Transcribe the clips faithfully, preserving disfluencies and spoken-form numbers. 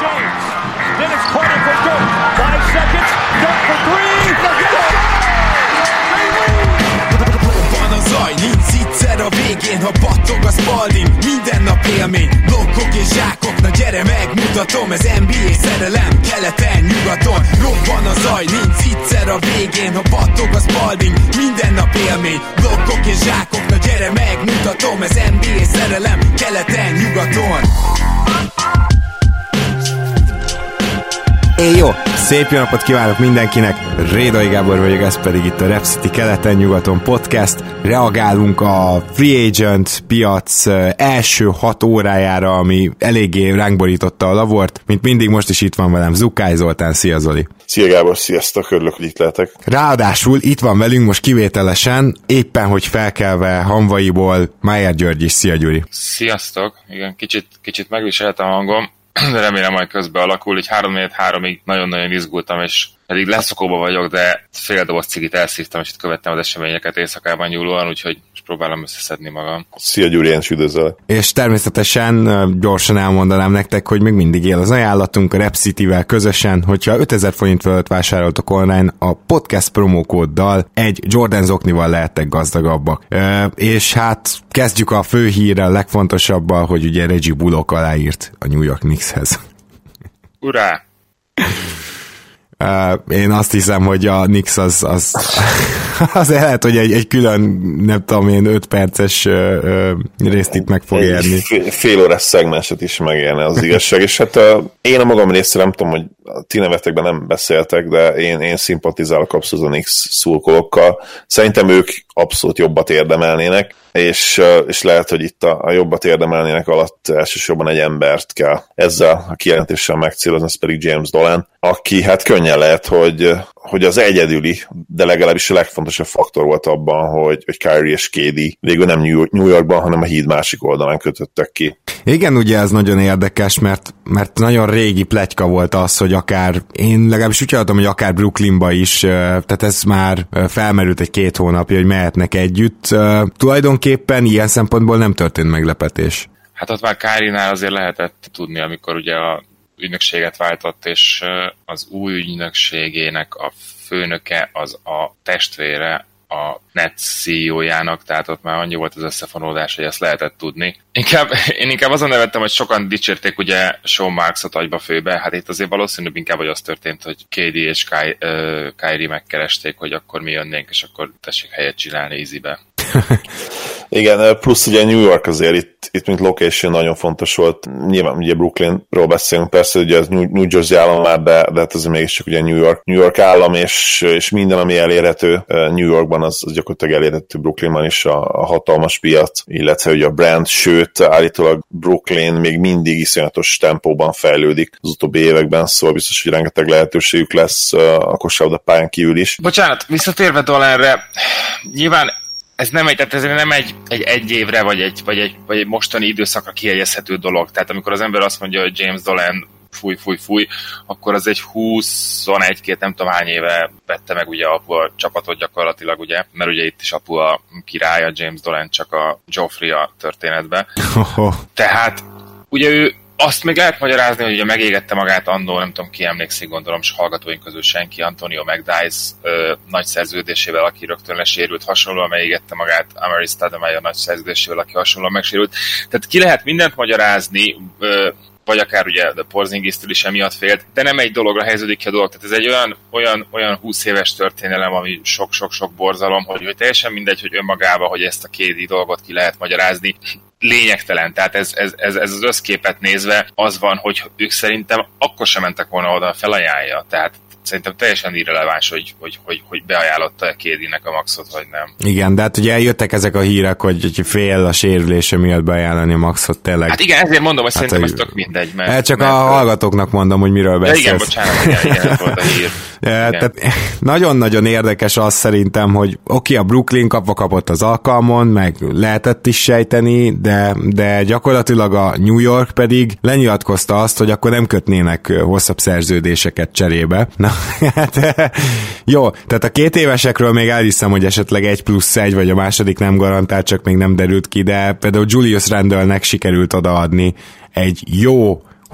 James. Dennis Carter for Dirk. Five seconds. Dirk for three. Van a zaj, nincs egyszer a végén, ha battog a Spalding. Minden nap élmény, blokkok és zsákok. Na gyere megmutatom, ez en bé á szerelem. Keleten, nyugaton, robban a zaj, nincs egyszer a végén, ha battog a Spalding. Minden nap élmény, blokkok és zsákok. Na gyere megmutatom, ez en bé á szerelem. Keleten, nyugaton. Éj jó! Szép jó napot kívánok mindenkinek! Rédai Gábor vagyok, ez pedig itt a Rep City keleten-nyugaton podcast. Reagálunk a Free Agent piac első hat órájára, ami eléggé ránk borította a lavort. Mint mindig most is itt van velem Zukály Zoltán. Szia Zoli! Szia Gábor, sziasztok, örülök, hogy itt lehetek. Ráadásul itt van velünk most kivételesen, éppen hogy felkelve hamvaiból Májer György is. Szia Gyuri! Sziasztok! Igen, kicsit, kicsit megviseltem a hangom, de remélem majd közben alakul, így három háromig nagyon-nagyon izgultam, és pedig leszokóba vagyok, de fél doboz cigit elszívtam, és itt követtem az eseményeket éjszakában nyúlóan, úgyhogy most próbálom összeszedni magam. Szia Gyuri, én is üdvözöllek. És természetesen gyorsan elmondanám nektek, hogy még mindig él az ajánlatunk a Rep Cityvel közösen, hogyha ötezer forint fölött vásároltok online, a podcast promókóddal egy Jordan zoknival lehettek gazdagabbak. E, és hát kezdjük a fő hírrel, legfontosabbal, hogy ugye Reggie Bullock aláírt a New York Knickshez. Urá! Uh, én azt hiszem, hogy a Knicks az, az, az lehet, hogy egy, egy külön, nem tudom én, öt perces uh, uh, részt itt meg fog érni. Fél, fél órás szegmenset is megérne az igazság, és hát uh, én a magam részre nem tudom, hogy ti nevetekben nem beszéltek, de én, én szimpatizálok abszolút a Knicks szurkolókkal. Szerintem ők abszolút jobbat érdemelnének, és, és lehet, hogy itt a, a jobbat érdemelnének alatt elsősorban egy embert kell ezzel a kijelentéssel megcélozni, ez pedig James Dolan, aki hát könnyen lehet, hogy, hogy az egyedüli, de legalábbis a legfontosabb faktor volt abban, hogy, hogy Kyrie és ká dé végül nem New Yorkban, hanem a híd másik oldalán kötöttek ki. Igen, ugye ez nagyon érdekes, mert, mert nagyon régi pletyka volt az, hogy akár, én legalábbis úgy hallottam, hogy akár Brooklynba is, tehát ez már felmerült egy két hónapja, hogy mehetnek együtt. Tulajdonképpen ilyen szempontból nem történt meglepetés. Hát ott már Kyrie-nál azért lehetett tudni, amikor ugye a ügynökséget váltott, és az új ügynökségének a főnöke az a testvére a Nets cé í ó-jának, tehát ott már annyi volt az összefonódás, hogy ezt lehetett tudni. Inkább, én inkább azon nevettem, hogy sokan dicsérték ugye Sean Marksot agyba főbe, hát itt azért valószínűbb inkább, hogy az történt, hogy ká dé és Kyrie megkeresték, hogy akkor mi jönnénk, és akkor tessék helyet csinálni easybe. Igen, plusz ugye New York azért itt, itt mint location nagyon fontos volt. Nyilván ugye Brooklynról beszélünk, persze ugye ez New Jersey állam már, de, de hát ez mégiscsak ugye New York, New York állam, és, és minden, ami elérhető New Yorkban, az, az gyakorlatilag elérhető Brooklynban is a, a hatalmas piac, illetve ugye a brand, sőt, állítólag Brooklyn még mindig iszonyatos tempóban fejlődik az utóbbi években, szóval biztos, hogy rengeteg lehetőségük lesz a kosárlabda pályán kívül is. Bocsánat, visszatérve Dolanre, nyilván ez nem egy, tehát ez nem egy, egy, egy évre, vagy egy, vagy, egy, vagy egy mostani időszakra kiegyezhető dolog. Tehát amikor az ember azt mondja, hogy James Dolan fúj, fúj, fúj, akkor az egy huszonegy-két nem tudom hány éve vette meg ugye apu a csapatot gyakorlatilag, ugye, mert ugye itt is apu a király, a James Dolan csak a Joffrey a történetben. Tehát ugye ő azt még lehet magyarázni, hogy ugye megégette magát annó, nem tudom ki emlékszik, gondolom, s hallgatóink közül senki, Antonio McDyess ö, nagy szerződésével, aki rögtön lesérült, hasonlóan megégette magát Amar'e Stoudemire nagy szerződésével, aki hasonlóan megsérült. Tehát ki lehet mindent magyarázni, ö, vagy akár ugye a Porzingistől is emiatt félt, de nem egy dologra helyeződik ki a dolog. Tehát ez egy olyan, olyan, olyan húsz éves történelem, ami sok-sok-sok borzalom, hogy, hogy teljesen mindegy, hogy önmagában, hogy ezt a két dolgot ki lehet magyarázni, lényegtelen. Tehát ez, ez, ez, ez az összképet nézve az van, hogy ők szerintem akkor sem mentek volna oda, felajánlja. Tehát szerintem teljesen irreleváns, hogy, hogy, hogy, hogy beajánlotta a Kédinek a maxot, vagy nem. Igen, de hát ugye eljöttek ezek a hírek, hogy fél a sérülése miatt beajánlani a maxot tényleg. Hát igen, ezért mondom, hogy hát szerintem a... ez tök mindegy. Mert, hát csak mert, a hallgatóknak mondom, hogy miről beszélsz. Igen, bocsánat, igen, igen, volt a hír. Tehát nagyon-nagyon érdekes az szerintem, hogy oké, a Brooklyn kapva kapott az alkalmon, meg lehetett is sejteni, de, de gyakorlatilag a New York pedig lenyilatkozta azt, hogy akkor nem kötnének hosszabb szerződéseket cserébe. Na, hát jó, tehát a két évesekről még elhiszem, hogy esetleg egy plusz egy, vagy a második nem garantált, csak még nem derült ki, de például Julius Randle-nek sikerült odaadni egy jó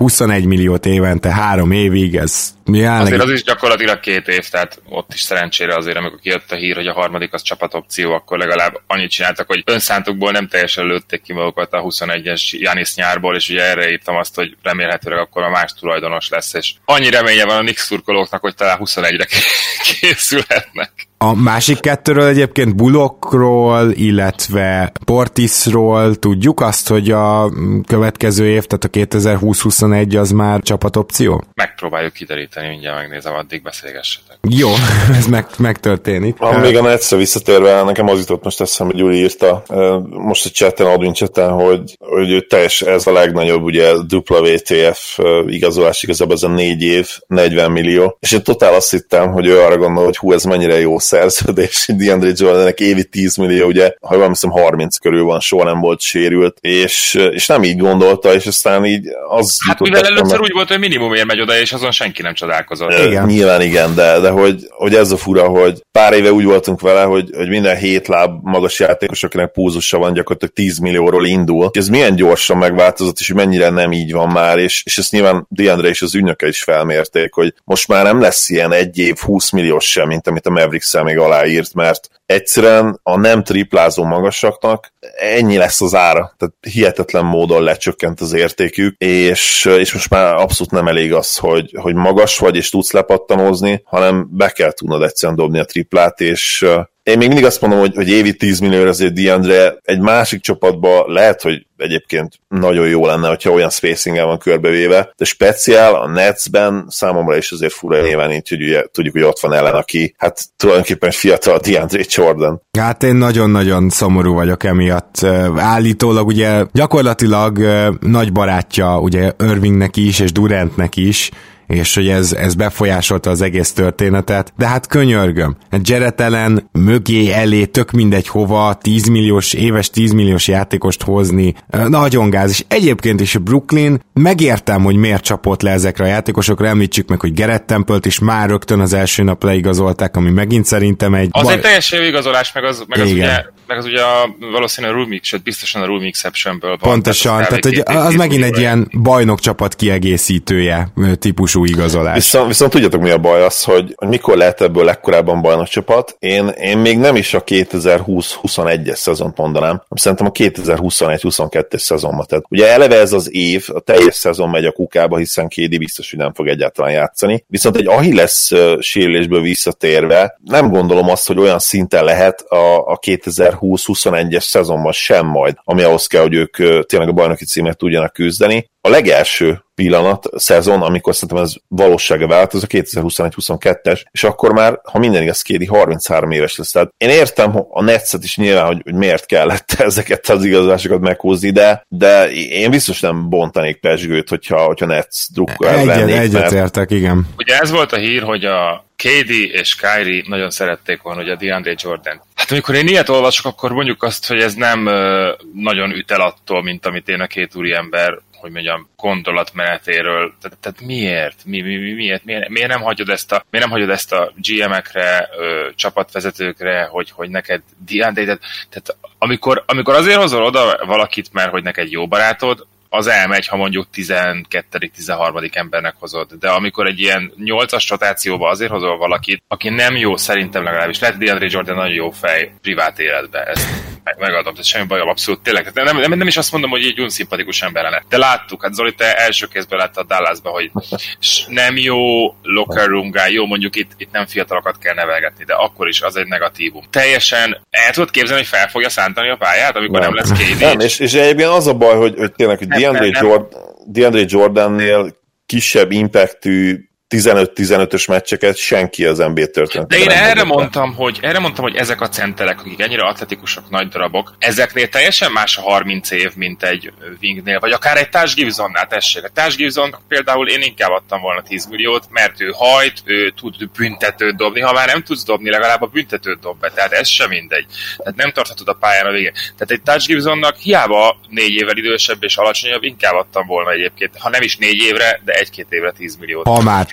huszonegy milliót évente három évig, ez jelenleg... Azért az is gyakorlatilag két év, tehát ott is szerencsére azért, amikor kijött a hír, hogy a harmadik az csapatopció, akkor legalább annyit csináltak, hogy önszántukból nem teljesen lőtték ki magukat a huszonegyes Giannis nyárból, és ugye erre írtam azt, hogy remélhetőleg akkor a más tulajdonos lesz, és annyi reménye van a Knicks szurkolóknak, hogy talán huszonegyre készülhetnek. A másik kettőről egyébként Bullockról, illetve Portisról tudjuk azt, hogy a következő év, tehát a kétezer-húsz-huszonegy az már csapatopció? Megpróbáljuk kideríteni, mindjárt megnézem, addig beszélgessetek. Jó, ez meg, megtörténik. Ha még a Netsre visszatérve, nekem az jutott most eszembe, hogy Gyuri írta, most a chatten, admin chatten, hogy, hogy teljes, ez a legnagyobb, ugye dupla vé té ef igazolás, igazából ez a négy év, negyven millió, és én totál azt hittem, hogy ő arra gondol, hogy hú, ez mennyire jó szerződés, DeAndre Jordannek évi tíz millió, ugye, ha jól hiszem harminc körül van, soha nem volt sérült, és, és nem így gondolta, és aztán így az... Hát mivel először meg... úgy volt, hogy minimumért megy oda, és azon senki nem csodálkozott. Igen. Nyilván igen, de, de hogy, hogy ez a fura, hogy pár éve úgy voltunk vele, hogy, hogy minden hét láb magas játékos, akinek púzusa van, gyakorlatilag tíz millióról indul. És ez milyen gyorsan megváltozott, és mennyire nem így van már, és, és ezt nyilván DeAndre és az ügynöke is felmérték, hogy most már nem lesz ilyen egy év húsz milliós sem, mint amit a Mavericks még aláírt, mert egyszerűen a nem triplázó magasaknak ennyi lesz az ára, tehát hihetetlen módon lecsökkent az értékük, és, és most már abszolút nem elég az, hogy, hogy magas vagy, és tudsz lepattanozni, hanem be kell tudnod egyszerűen dobni a triplát, és én még mindig azt mondom, hogy, hogy évi tíz millió azért DeAndre egy másik csapatban lehet, hogy egyébként nagyon jó lenne, hogyha olyan spacing-el van körbevéve, de speciál a Netsben számomra is azért fura nyilván így, hogy ugye, tudjuk, hogy ott van ellen, aki hát tulajdonképpen fiatal DeAndre Jordan. Hát én nagyon-nagyon szomorú vagyok emiatt. Állítólag ugye gyakorlatilag nagy barátja ugye Irvingnek is, és Durantnek is, és hogy ez, ez befolyásolta az egész történetet, de hát könyörgöm, Jarrett Allen mögé, elé, tök mindegy hova, tíz milliós, éves tíz milliós játékost hozni, nagyon gáz, és egyébként is a Brooklyn, megértem, hogy miért csapott le ezekre a játékosokra, említsük meg, hogy Garrett Temple-t is már rögtön az első nap leigazolták, ami megint szerintem egy... Az baj... egy teljesen jó igazolás, meg az, meg az ugye, meg az ugye a, valószínűleg a Rule Mix, sőt biztosan a Rule Mix-Exceptionből van. Pontosan, tehát, tehát hogy az megint egy ilyen bajnokcsapat kiegészítője típusú igazolás. Viszont, viszont tudjátok mi a baj az, hogy, hogy mikor lehet ebből legkorábban bajnokcsapat? Én, én még nem is a kétezer-húsz-huszonegyes szezont mondanám, szerintem a kétezer-huszonegy-huszonkettes szezonban. Tehát ugye eleve ez az év, a teljes szezon megy a kukába, hiszen ká dé biztos, hogy nem fog egyáltalán játszani. Viszont egy Achilles sérülésből visszatérve nem gondolom azt, hogy olyan szinten lehet a, a kétezer-húsz-huszonegyes szezonban sem majd, ami ahhoz kell, hogy ők tényleg a bajnoki címet tudjanak küzdeni. A legelső pillanat, szezon, amikor szerintem ez valósága vált, az a kétezer-huszonegy-huszonkettes, és akkor már, ha minden igaz, Kédi harminchárom éves lesz. Tehát én értem a Netszet is nyilván, hogy, hogy miért kellett ezeket az igazolásokat meghúzni, de, de én biztos nem bontanék pezsgőt, hogyha, hogyha Netsz drukker lennék. Egyet mert... értek, igen. Ugye ez volt a hír, hogy a ká dé és Kyrie nagyon szerették volna, hogy a DeAndre Jordan. Hát amikor én ilyet olvasok, akkor mondjuk azt, hogy ez nem uh, nagyon üt el attól, mint amit én a két úriember, hogy mondjam, gondolatmenetéről. Tehát, tehát miért? Mi, mi, mi, miért? miért? Miért nem hagyod ezt a, miért nem hagyod ezt a gé em-ekre, ö, csapatvezetőkre, hogy, hogy neked DeAndre, tehát, tehát amikor, amikor azért hozol oda valakit, mert hogy neked jó barátod, az elmegy, ha mondjuk tizenkettedik tizenharmadik embernek hozod. De amikor egy ilyen nyolcas rotációba azért hozol valakit, aki nem jó, szerintem legalábbis. Lehet, DeAndre Jordan nagyon jó fej privát életben. Ezt meg, megadom, tehát semmi bajom, abszolút tényleg. Nem, nem, nem is azt mondom, hogy egy unszimpatikus ember lenne. De láttuk, hát Zoli, te első kézből láttad Dallasba, hogy nem jó locker room guy, jó, mondjuk itt, itt nem fiatalokat kell nevelgetni, de akkor is az egy negatívum. Teljesen el tudod képzelni, hogy fel fogja szántani a pályát, amikor nem, nem lesz ká dé. Nem, és, és egyébként az a baj, hogy, hogy tényleg, hogy DeAndre, Jordan, DeAndre Jordannél kisebb impactű tizenöt-tizenötös meccseket senki az en bé történetben. De én erre mondtam, hogy, erre mondtam, hogy ezek a centerek, akik ennyire atletikusok, nagy darabok, ezeknél teljesen más a harminc év, mint egy wingnél, vagy akár egy Taj Gibsonnál, tessék. A Taj Gibson például én inkább adtam volna tíz milliót, mert ő hajt, ő tud büntetőt dobni, ha már nem tudsz dobni, legalább a büntetőt dob be, tehát ez sem mindegy. Tehát nem tarthatod a pályán a végén. Tehát egy Taj Gibsonnak hiába négy évvel idősebb és alacsonyabb, inkább adtam volna egyébként, ha nem is négy évre, de egy-két évre tíz milliót. Ha már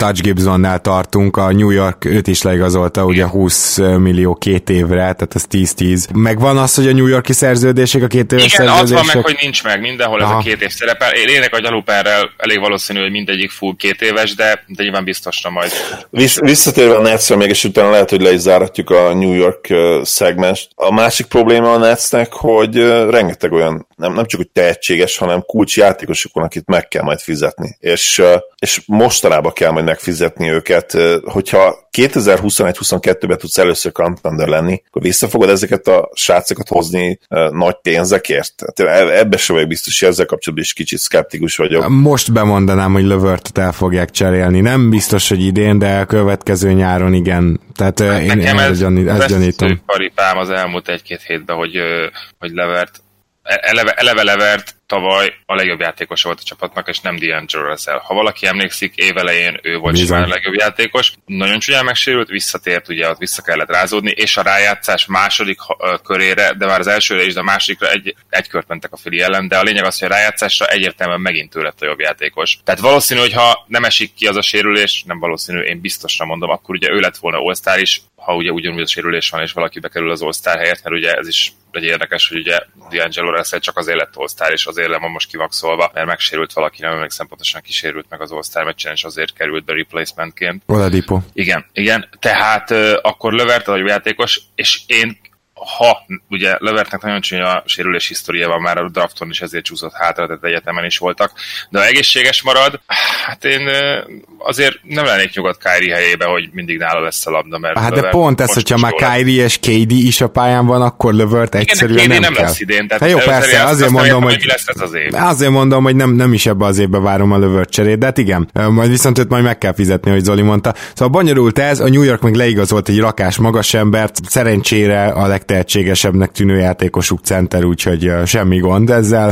Dutch Gibsonnál tartunk, a New York őt is leigazolta ugye húsz millió két évre, tehát ez tíz-tíz. Meg van az, hogy a New Yorki szerződések, a két éves igen, szerződések... Igen, az van meg, hogy nincs meg mindenhol. Aha. Ez a két év szerepel. Lényeg a Gyaluperrel elég valószínű, hogy mindegyik full két éves, de, de nyilván biztosra majd. Visz, visszatérve a Netsre még, és utána lehet, hogy le is záratjuk a New York uh, szegmest. A másik probléma a Netsnek, hogy uh, rengeteg olyan, nem, nem csak hogy tehetséges, hanem kulcsjátékosok van, akit meg kell majd fizetni. És, uh, és mostanában kell majd megfizetni őket. Uh, hogyha kétezer-huszonegy-huszonkettőben tudsz először contender lenni, akkor vissza fogod ezeket a srácokat hozni uh, nagy pénzekért. Tehát ebbe sem vagyok biztos, hogy ezzel kapcsolatban is kicsit szkeptikus vagyok. Most bemondanám, hogy Levertet el fogják cserélni. Nem biztos, hogy idén, de a következő nyáron igen. Tehát hát én, én ez, ezt gyanítom. Ez paripám az elmúlt egy-két hétben, hogy, hogy Levert, eleve, eleve Levert tavaly a legjobb játékos volt a csapatnak, és nem D'Angelo Russell. Ha valaki emlékszik, évelején ő volt simán a legjobb játékos. Nagyon csúnyán megsérült, visszatért, ugye ott vissza kellett rázódni, és a rájátszás második körére, de már az elsőre is, de a másodikra egy, egy kört mentek a Philly ellen, de a lényeg az, hogy a rájátszásra egyértelműen megint ő lett a jobb játékos. Tehát valószínű, hogy ha nem esik ki az a sérülés, nem valószínű, én biztosra mondom, akkor ugye ő lett volna All-Star is, ha ugye ugyanúgy a sérülés van, és valaki bekerül az All-Star helyett, mert ugye ez is egy érdekes, hogy ugye D'Angelo Russell csak azért lett All-Star, és azért le van most kivaxolva, mert megsérült valaki, nem emlékszem pontosan kisérült meg az All-Star meccsen, és azért került be replacementként. Oladipo. Igen, igen. Tehát uh, akkor Levert a játékos, és én ha ugye Levertnek nagyon csúnya sérülés historia van, már a drafton is ezért csúszott hátra, tehát egyetemen is voltak, de ha egészséges marad, hát én azért nem lennék nyugodt Kyrie helyébe, hogy mindig nála lesz a labda, mert hát de pont ez, hogyha már Kyrie és ká dé is a pályán van, akkor Levert egyszerűen igen, nem, nem kell. lesz idén. Tehát hát jó, persze, azért mondom, hogy lesz ez az év. Azért mondom, hogy nem, nem is ebbe az évbe várom a Levert cserét, de hát igen, majd viszont őt majd meg kell fizetni, hogy Zoli mondta. Szóval bonyolult ez, a New York meg leigazolt egy rakás magas embert, szerencsére a legtehetségesebbnek tűnő játékosuk center, úgyhogy semmi gond ezzel.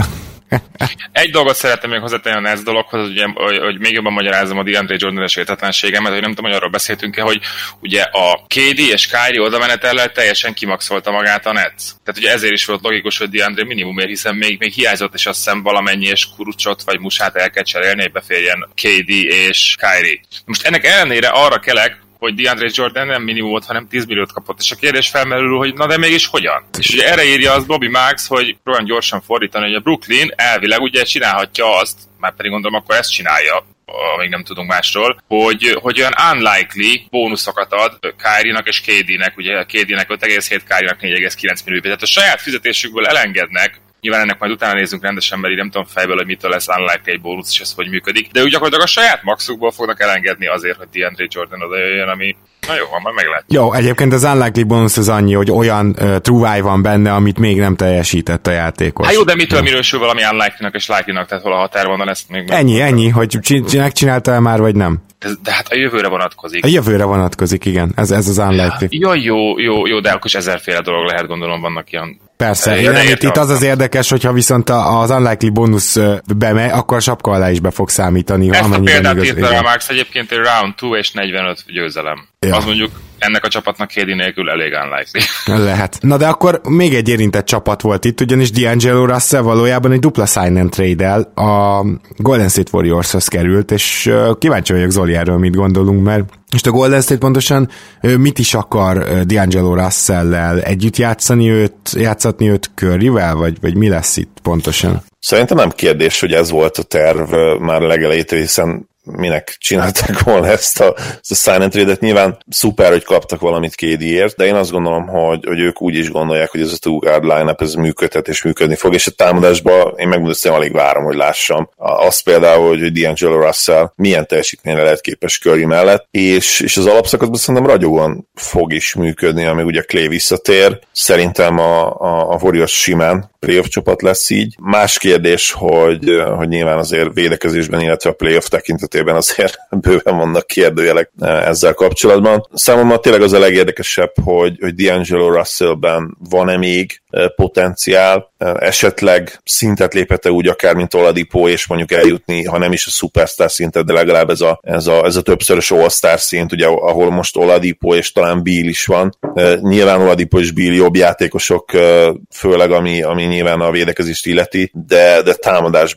Egy dolgot szeretném még hozzátenni a Nets dologhoz, ugye, hogy, hogy még jobban magyarázom a DeAndre Jordan-es értetlenségemet, hogy nem tudom, hogy arról beszéltünk-e, hogy ugye a ká dé és Kyrie odamenetellel teljesen kimaxolta magát a Nets. Tehát ugye ezért is volt logikus, hogy DeAndre minimumért, hiszen még, még hiányzott, és azt hiszem valamennyi és Kurucsot vagy Musát el kell cserélni, hogy beférjen ká dé és Kyrie. Most ennek ellenére arra kelek, hogy DeAndre Jordan nem minimumot, hanem tíz milliót kapott. És a kérdés felmerül, hogy na de mégis hogyan? És ugye erre írja az Bobby Marks, hogy olyan gyorsan fordítani, hogy a Brooklyn elvileg ugye csinálhatja azt, már pedig gondolom akkor ezt csinálja, még nem tudunk másról, hogy, hogy olyan unlikely bónuszokat ad Kyrie-nak és ká dé-nek, ugye ká dé-nek öt egész hét, Kyrie-nak négy egész kilenc millió. Tehát a saját fizetésükből elengednek, nyilván ennek majd utána nézzünk rendesen, mert így nem tudom fejből, hogy mitől lesz unlikely egy bónusz, és ez hogy működik. De úgy gyakorlatilag a saját maxukból fognak elengedni azért, hogy DeAndre Jordan oda jöjjön, ami na jó, van, majd meglátjuk. Jó, egyébként az unlikely bónusz az annyi, hogy olyan uh, true van benne, amit még nem teljesített a játékos. Hát jó, de mitől minősül valami unlikely-nak és likely-nak, tehát hol a határvonal ezt még... Ennyi, ennyi, hogy megcsináltál már, vagy nem. De, de hát a jövőre vonatkozik. A jövőre vonatkozik, igen. Ez, ez az unlikely. Ja, jó, jó, jó, de akkor is ezerféle dolog lehet, gondolom, vannak ilyen... Persze, ja, itt, itt az az érdekes, hogyha viszont az unlikely bónusz bemegy, akkor sapka alá is be fog számítani. Ezt a példát írta a Marks, egyébként egy round kettő és negyvenöt győzelem. Ja. Az mondjuk ennek a csapatnak ká dé nélkül elég unlikely. Lehet. Na de akkor még egy érintett csapat volt itt, ugyanis D'Angelo Russell valójában egy dupla sign and trade-el a Golden State Warriorshoz került, és kíváncsi vagyok Zoli erről mit gondolunk, mert most a Golden State pontosan mit is akar D'Angelo Russell-lel együtt játszani őt, játszatni őt Curryvel, vagy, vagy mi lesz itt pontosan? Szerintem nem kérdés, hogy ez volt a terv már legelejétől, hiszen minek csinálták volna ezt a, ezt a sign and trade-et. Nyilván szuper, hogy kaptak valamit ká dé-ért, de én azt gondolom, hogy, hogy ők úgy is gondolják, hogy ez a two guard line-up ez működhet és működni fog, és a támadásban én megmondom, hogy alig várom, hogy lássam. Azt például, hogy D'Angelo Russell milyen teljesítményre lehet képes Curry mellett, és, és az alapszakaszban szerintem ragyogóan fog is működni, amíg ugye Clay visszatér. Szerintem a, a, a Warriors simán playoff csapat lesz így. Más kérdés, hogy, hogy nyilván azért védekezésben, illetve a playoff tekintetében azért bőven vannak kérdőjelek ezzel kapcsolatban. Számomra tényleg az a legérdekesebb, hogy, hogy D'Angelo Russellben van-e még potenciál, esetleg szintet léphet-e úgy akár, mint Oladipo, és mondjuk eljutni, ha nem is a superstar szintet, de legalább ez a, ez a, ez a többszörös all-star szint, ugye, ahol most Oladipo és talán Beal is van. Nyilván Oladipo és Beal jobb játékosok, főleg ami, ami nyilván a védekezést illeti, de, de támadásban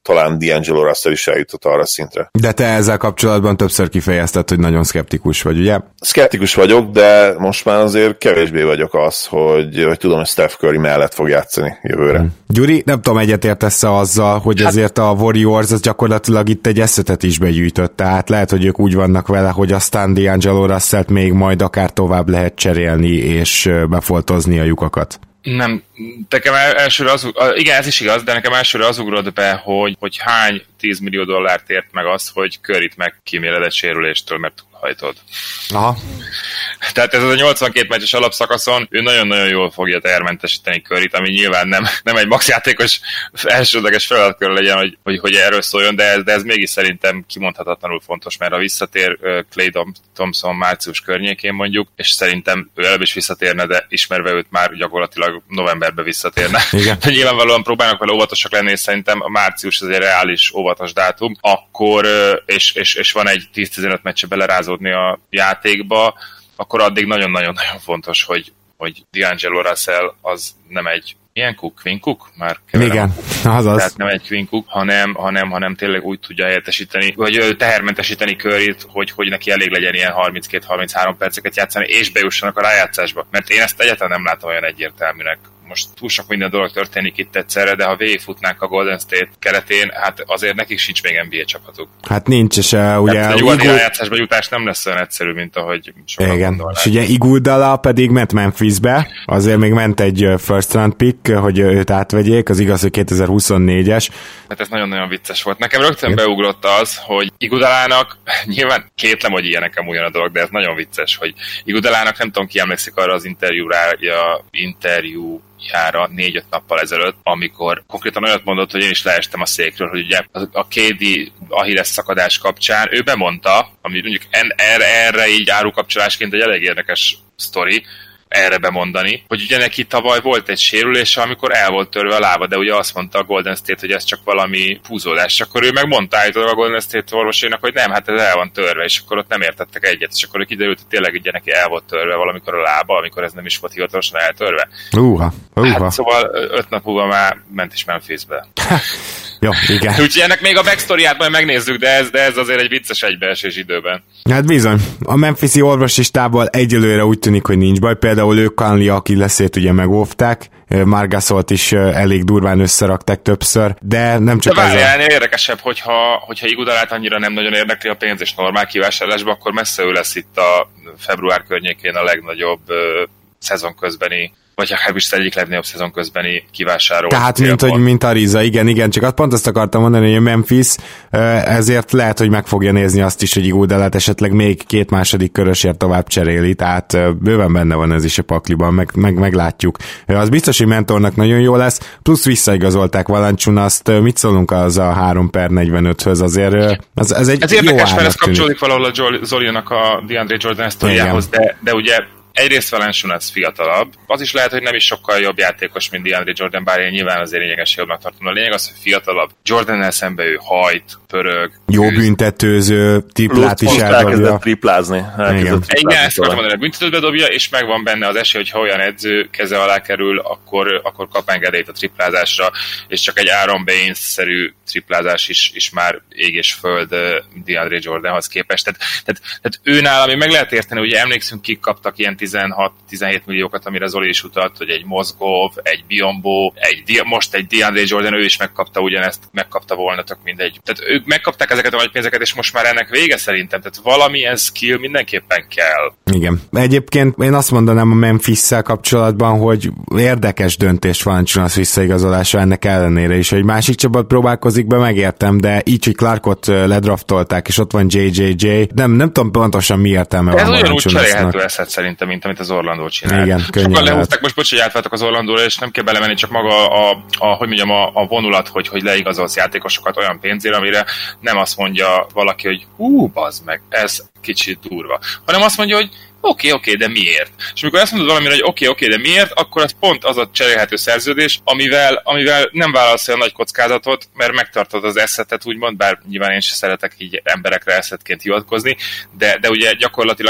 talán D'Angelo Russell is eljutott arra szintre. De te ezzel kapcsolatban többször kifejezted, hogy nagyon szkeptikus vagy, ugye? Szkeptikus vagyok, de most már azért kevésbé vagyok az, hogy, hogy tudom, hogy Steph Curry mellett fog játszani jövőre. Hmm. Gyuri, nem tudom, egyetértesz-e azzal, hogy hát... azért a Warriors az gyakorlatilag itt egy eszetet is begyűjtött, tehát lehet, hogy ők úgy vannak vele, hogy aztán D'Angelo Russellt még majd akár tovább lehet cserélni és befoltozni a lyukakat. Nem, nekem elsőre az, igen, ez is igaz, de nekem elsőre az ugrott be, hogy, hogy hány tíz millió dollárt ért meg az, hogy Curryt megkíméled egy sérüléstől, mert túlhajtod. Aha. Tehát ez az a nyolcvankét meccses alapszakaszon, ő nagyon-nagyon jól fogja termentesíteni Curryt, ami nyilván nem, nem egy max játékos elsődleges feladatkör legyen, hogy, hogy, hogy erről szóljon, de ez, de ez mégis szerintem kimondhatatlanul fontos, mert ha visszatér Klay Thompson március környékén mondjuk, és szerintem ő előbb is visszatérne, de ismerve őt már gyakorlatilag novemberben visszatérne. De nyilvánvalóan próbálnak vele óvatosak lenni, és szerintem a március az egy reális óvatos dátum, akkor, és, és, és van egy tíz-tizenöt meccse belerázódni a játékba, akkor addig nagyon-nagyon-nagyon fontos, hogy, hogy D'Angelo Russell az nem egy ilyen Cook, Quinn Cook? Már igen, azaz. Tehát nem egy Quinn Cook, hanem, hanem, hanem tényleg úgy tudja helyettesíteni, vagy tehermentesíteni Curryt, hogy, hogy neki elég legyen ilyen harminckét-harminchárom perceket játszani, és bejussanak a rájátszásba. Mert én ezt egyáltalán nem látom olyan egyértelműnek. Most túl sok minden dolog történik itt egyszerre, de ha végigfutnánk a Golden State keretén, hát azért nekik sincs még en bé á csapatuk. Hát nincs, és uh, ugye... Hát a nyugati rájátszásba jutás nem lesz olyan egyszerű, mint ahogy sokan igen, gondolnák. És ugye Iguodala pedig ment Memphisbe, azért még ment egy first round pick, hogy őt átvegyék, az igaz, hogy kétezer-huszonnégyes. Hát ez nagyon-nagyon vicces volt. Nekem rögtön beugrott az, hogy Iguodalának, nyilván kétlem, hogy ilyen nekem olyan a dolog, de ez nagyon vicces, hogy Iguodalának nem tudom, ki emlékszik arra az interjúrája, interjú jára négy-öt nappal ezelőtt, amikor konkrétan olyat mondott, hogy én is leestem a székről, hogy ugye a ké dé Achilles szakadás kapcsán ő bemondta, ami mondjuk erre, erre így árukapcsolásként egy elég érdekes sztori, erre bemondani, hogy ugye neki tavaly volt egy sérülése, amikor el volt törve a lába, de ugye azt mondta a Golden State, hogy ez csak valami húzódás, akkor ő meg mondta állítólag a Golden State orvosének, hogy nem, hát ez el van törve, és akkor ott nem értettek egyet, és akkor kiderült, hogy tényleg ugye neki el volt törve valamikor a lába, amikor ez nem is volt hivatalosan eltörve. Uha, uha. Hát szóval öt nap múlva már ment is Memphisbe. Jó, igen. Úgyhogy ennek még a backstoryát majd megnézzük, de ez, de ez azért egy vicces egybeesés időben. Hát bizony. A Memphisi orvosi stábbal egyelőre úgy tűnik, hogy nincs baj. Például ők Conley, aki leszét ugye megóvták, Marc Gasolt is elég durván összerakták többször, de nem csak de várjál, ez a... ennél érdekesebb, hogyha, hogyha Iguodalát annyira nem nagyon érdekli a pénz és normál kivásárlásba, akkor messze ő lesz itt a február környékén a legnagyobb uh, szezon közbeni, vagy akár is egyik legnagyobb szezon közbeni kivásárol. Tehát, mint, hogy, mint Ariza, igen, igen, csak pont azt akartam mondani, hogy a Memphis ezért lehet, hogy meg fogja nézni azt is, hogy Iguodalát esetleg még két második körösért tovább cseréli, tehát bőven benne van ez is a pakliban, meg, meg, meglátjuk. Az biztos, hogy mentornak nagyon jó lesz, plusz visszaigazolták Valanciunast, mit szólunk az a három per negyvenöthöz, azért az, ez egy ez jó érdekes, mert ez tűnik. kapcsolódik valahol a Zolinak a DeAndre Jordan sztoriához, de, de ugye egyrészt Valanciunas fiatalabb, az is lehet, hogy nem is sokkal jobb játékos, mint DeAndre Jordan, bár én nyilván azért lényegesen jobbnak tartom. A lényeg az, hogy fiatalabb. Jordannel szembe ő hajt, pörög. Jó küzd. Büntetőző, triplát is eldobja. Elkezdett triplázni. Igen, Igen ezt akartam mondani, büntetőt dobja, és megvan benne az esély, hogy ha olyan edző keze alá kerül, akkor, akkor kap engedélyt a triplázásra, és csak egy Aaron Baines-szerű triplázás is, is már ég és föld DeAndre Jordanhoz képest. Tehát, tehát, tehát őnál, ami meg lehet érteni, ugye emlékszünk, kik kaptak ilyen tizenhat-tizenhét milliókat, amire Zoli is utalt, hogy egy Mozgov, egy Biyombo, egy, most egy DeAndre Jordan, ő is megkapta ugyanezt, megkapta volna, tök mindegy. Tehát ők megkapták ezeket a nagy pénzeket, és most már ennek vége szerintem, tehát valamilyen skill mindenképpen kell. Igen. Egyébként én azt mondanám a Memphis-szel kapcsolatban, hogy érdekes döntés van az visszaigazolása ennek ellenére is, hogy másik csapat próbálkozik be, megértem, de így, hogy Clarkot ledraftolták, és ott van jé jé jé, nem, nem tudom pontosan mi értelme van. Ez ugyanúgy cserélhető eszet szerintem, mint amit az Orlandó csinál. Igen, sokan lehúzták, most bocs, hogy átváltak az Orlandóra, és nem kell belemenni, csak maga a, a hogy mondjam, a, a vonulat, hogy, hogy leigazolsz játékosokat olyan pénzére, amire nem azt mondja valaki, hogy hú, bazd meg, ez kicsit durva, hanem azt mondja, hogy oké, okay, oké, okay, de miért? És amikor azt mondod valamire, hogy oké, okay, oké, okay, de miért, akkor az pont az a cserélhető szerződés, amivel, amivel nem vállalsz olyan nagy kockázatot, mert megtartod az eszetet, úgymond, bár nyilván én sem szeretek így emberekre eszetként hivatkozni, de, de ugye gyakorlatilag ezt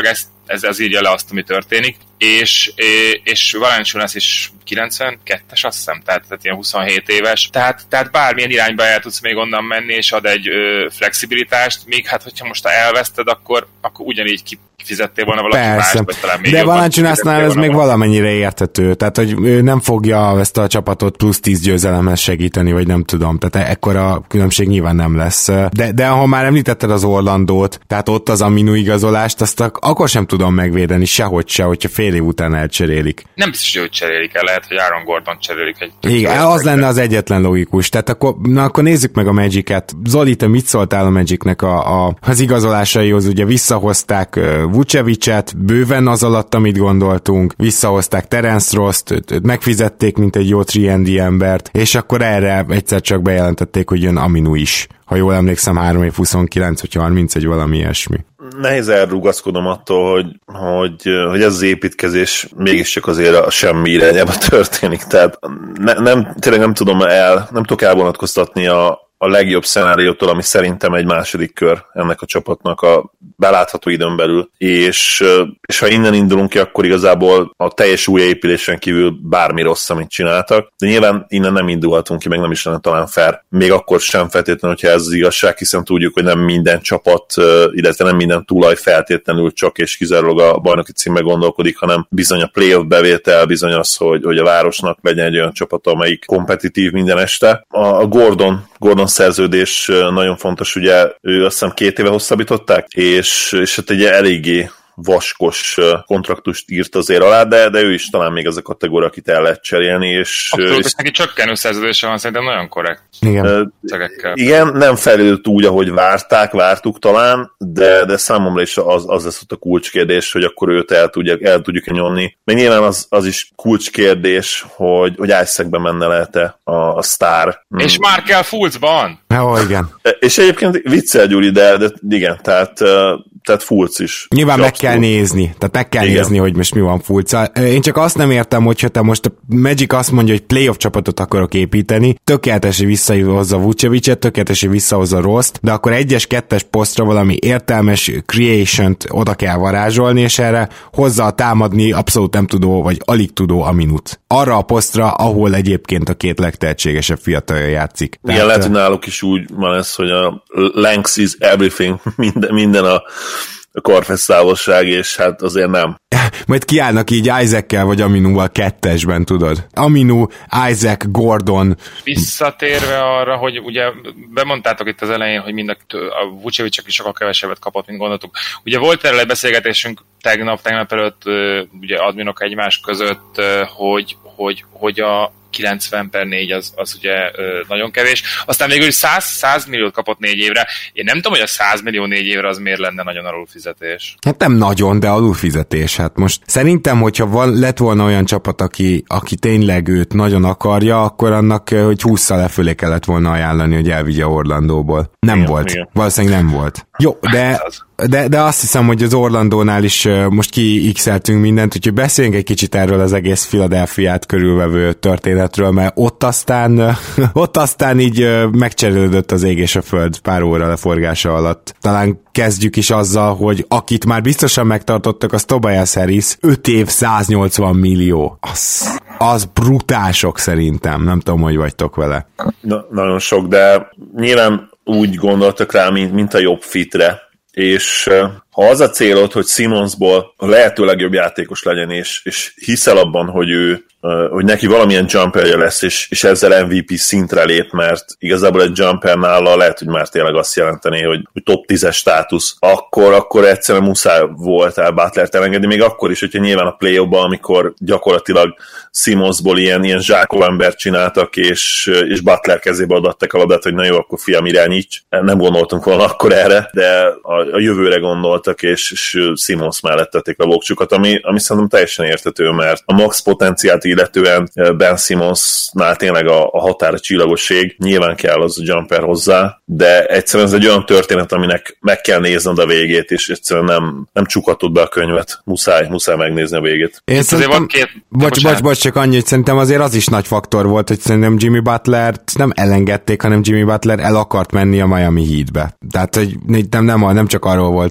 ez az írja le azt, ami történik, és, és Valanciunas is kilencvenkettes, azt hiszem, tehát, tehát ilyen huszonhét éves, tehát, tehát bármilyen irányba el tudsz még onnan menni, és ad egy ö, flexibilitást, még hát, hogyha most elveszted, akkor, akkor ugyanígy kifizettél volna valaki más, vagy talán még de Valanciunasnál ez még valamennyire érthető, tehát, hogy ő nem fogja ezt a csapatot plusz tíz győzelemhez segíteni, vagy nem tudom, tehát ekkora különbség nyilván nem lesz. De, de ha már említetted az Orlandót, tehát ott az Aminu igazolást, azt akkor sem tudom megvédeni sehogy se, hogyha fél év után elcserélik. Nem biztos, hogy cserélik el, lehet, hogy Aaron Gordon cserélik egy... Igen, az lenne az egyetlen logikus. Tehát akkor, na akkor nézzük meg a Magic-et. Zoli, te mit szóltál a Magicnek a, a, az igazolásaihoz? Ugye visszahozták uh, Vucevicet, bőven az alatt, amit gondoltunk, visszahozták Terence Rost, őt, őt megfizették, mint egy jó három and D embert, és akkor erre egyszer csak bejelentették, hogy jön Aminu is. Ha jól emlékszem, három év huszonkilenc vagy harminc, valami ilyesmi. Nehéz elrugaszkodom attól, hogy, hogy, hogy ez az építkezés mégiscsak azért a semmi irányába történik. Tehát ne, nem, tényleg nem tudom el, nem tudok elvonatkoztatni a, a legjobb szenáriótól, ami szerintem egy második kör ennek a csapatnak a belátható időn belül, és, és ha innen indulunk ki, akkor igazából a teljes új épülésen kívül bármi rossz, amit csináltak, de nyilván innen nem indulhatunk ki, meg nem is lenne talán fair, még akkor sem feltétlenül, hogyha ez az igazság, hiszen tudjuk, hogy nem minden csapat, illetve nem minden tulaj feltétlenül csak és kizárólag a bajnoki címbe gondolkodik, hanem bizony a playoff bevétel, bizony az, hogy, hogy a városnak legyen egy olyan csapat, amelyik kompetitív minden este. A, a Gordon Gordon szerződés nagyon fontos, ugye ő azt hiszem két éve hosszabbították, és, és hát egy eléggé vaskos kontraktust írt azért alá, de, de ő is talán még az a kategória, akit el lehet cserélni. És, abszolút, és és neki csökkenő szerződése van, szerintem nagyon korrekt. Igen. Szegekkel. Igen, nem fejlődött úgy, ahogy várták, vártuk talán, de, de számomra is az, az lesz ott a kulcskérdés, hogy akkor őt el tudjuk, el tudjuk nyomni. Meg nyilván az, az is kulcskérdés, hogy, hogy Isaacbe menne lehet-e a, a sztár. És Markel Fultzban! Jó, igen. És egyébként viccel, Gyuri, de, de igen, tehát, tehát Fultz is. Nyilván meg kell nézni, tehát meg kell igen. nézni, hogy most mi van Fultz-al. Én csak azt nem értem, hogyha te most a Magic azt mondja, hogy playoff csapatot akarok építeni, tökéletesen visszahozza Vucevicet, tökéletesen visszahozza Rost, de akkor egyes, kettes posztra valami értelmes creation-t oda kell varázsolni, és erre hozzá a támadni abszolút nem tudó, vagy alig tudó Aminut. Arra a posztra, ahol egyébként a két legtehetségesebb fiatalja játszik. Igen, lehet, hogy náluk is úgy van ez, hogy a length is everything, minden, minden a a karfesztávolság, és hát azért nem. Majd kiállnak így Isaac-kel vagy Aminuval kettesben, tudod? Aminu, Isaac, Gordon. Visszatérve arra, hogy ugye bemondtátok itt az elején, hogy mind a, a Vucevic csak is sokkal kevesebbet kapott, mint gondoltuk. Ugye volt erre egy beszélgetésünk tegnap, tegnap előtt ugye adminok egymás között, hogy, hogy, hogy a kilencven per négy az, az ugye ö, nagyon kevés. Aztán végül száz, száz milliót kapott négy évre. Én nem tudom, hogy a száz millió négy évre az miért lenne nagyon alulfizetés. Hát nem nagyon, de alulfizetés. Hát most szerintem, hogyha van, lett volna olyan csapat, aki, aki tényleg őt nagyon akarja, akkor annak, hogy hússzal lefölé kellett volna ajánlani, hogy elvigye Orlandóból. Nem igen, volt. Igen. Valószínűleg nem volt. Jó, de... De, de azt hiszem, hogy az Orlandónál is uh, most ki-x-eltünk mindent, úgyhogy beszéljünk egy kicsit erről az egész Philadelphiát körülvevő történetről, mert ott aztán, uh, ott aztán így uh, megcserélődött az ég és a föld pár óra leforgása alatt. Talán kezdjük is azzal, hogy akit már biztosan megtartottak, az Tobias Harris, öt év száznyolcvan millió. Az, az brutál sok szerintem, nem tudom, hogy vagytok vele. Na, nagyon sok, de nyilván úgy gondoltak rá, mint, mint a jobb fitre, és ha az a célod, hogy Simmonsból a lehető legjobb játékos legyen, és, és hiszel abban, hogy ő, hogy neki valamilyen jumperje lesz, és, és ezzel em vé pé szintre lép, mert igazából egy jumper nála lehet, hogy már tényleg azt jelenteni, hogy, hogy top tízes státusz, akkor, akkor egyszerűen muszáj volt el Butlert elengedni, még akkor is, hogyha nyilván a play-offban, amikor gyakorlatilag Simmonsból ilyen, ilyen zsákol embert csináltak, és, és Butler kezébe adattak a labdát, hogy na jó, akkor fiam irányíts. Nem gondoltunk volna akkor erre, de a, a jövőre gondoltak, és, és Simmons mellett tették a vokcsukat, ami, ami szerintem teljesen érthető, mert a max potenciált illetően Ben Simmonsnál tényleg a, a határa csillagosség, nyilván kell az a jumper hozzá, de egyszerűen ez egy olyan történet, aminek meg kell nézned a végét, és egyszerűen nem, nem csukhatod be a könyvet, muszáj, muszáj megnézni a végét. Én szerintem, két... bocs, bocs, bocs, csak annyi, hogy szerintem azért az is nagy faktor volt, hogy szerintem Jimmy Butlert nem elengedték, hanem Jimmy Butler el akart menni a Miami Heatbe. Tehát, hogy nem, nem, nem csak arról volt szó, hogy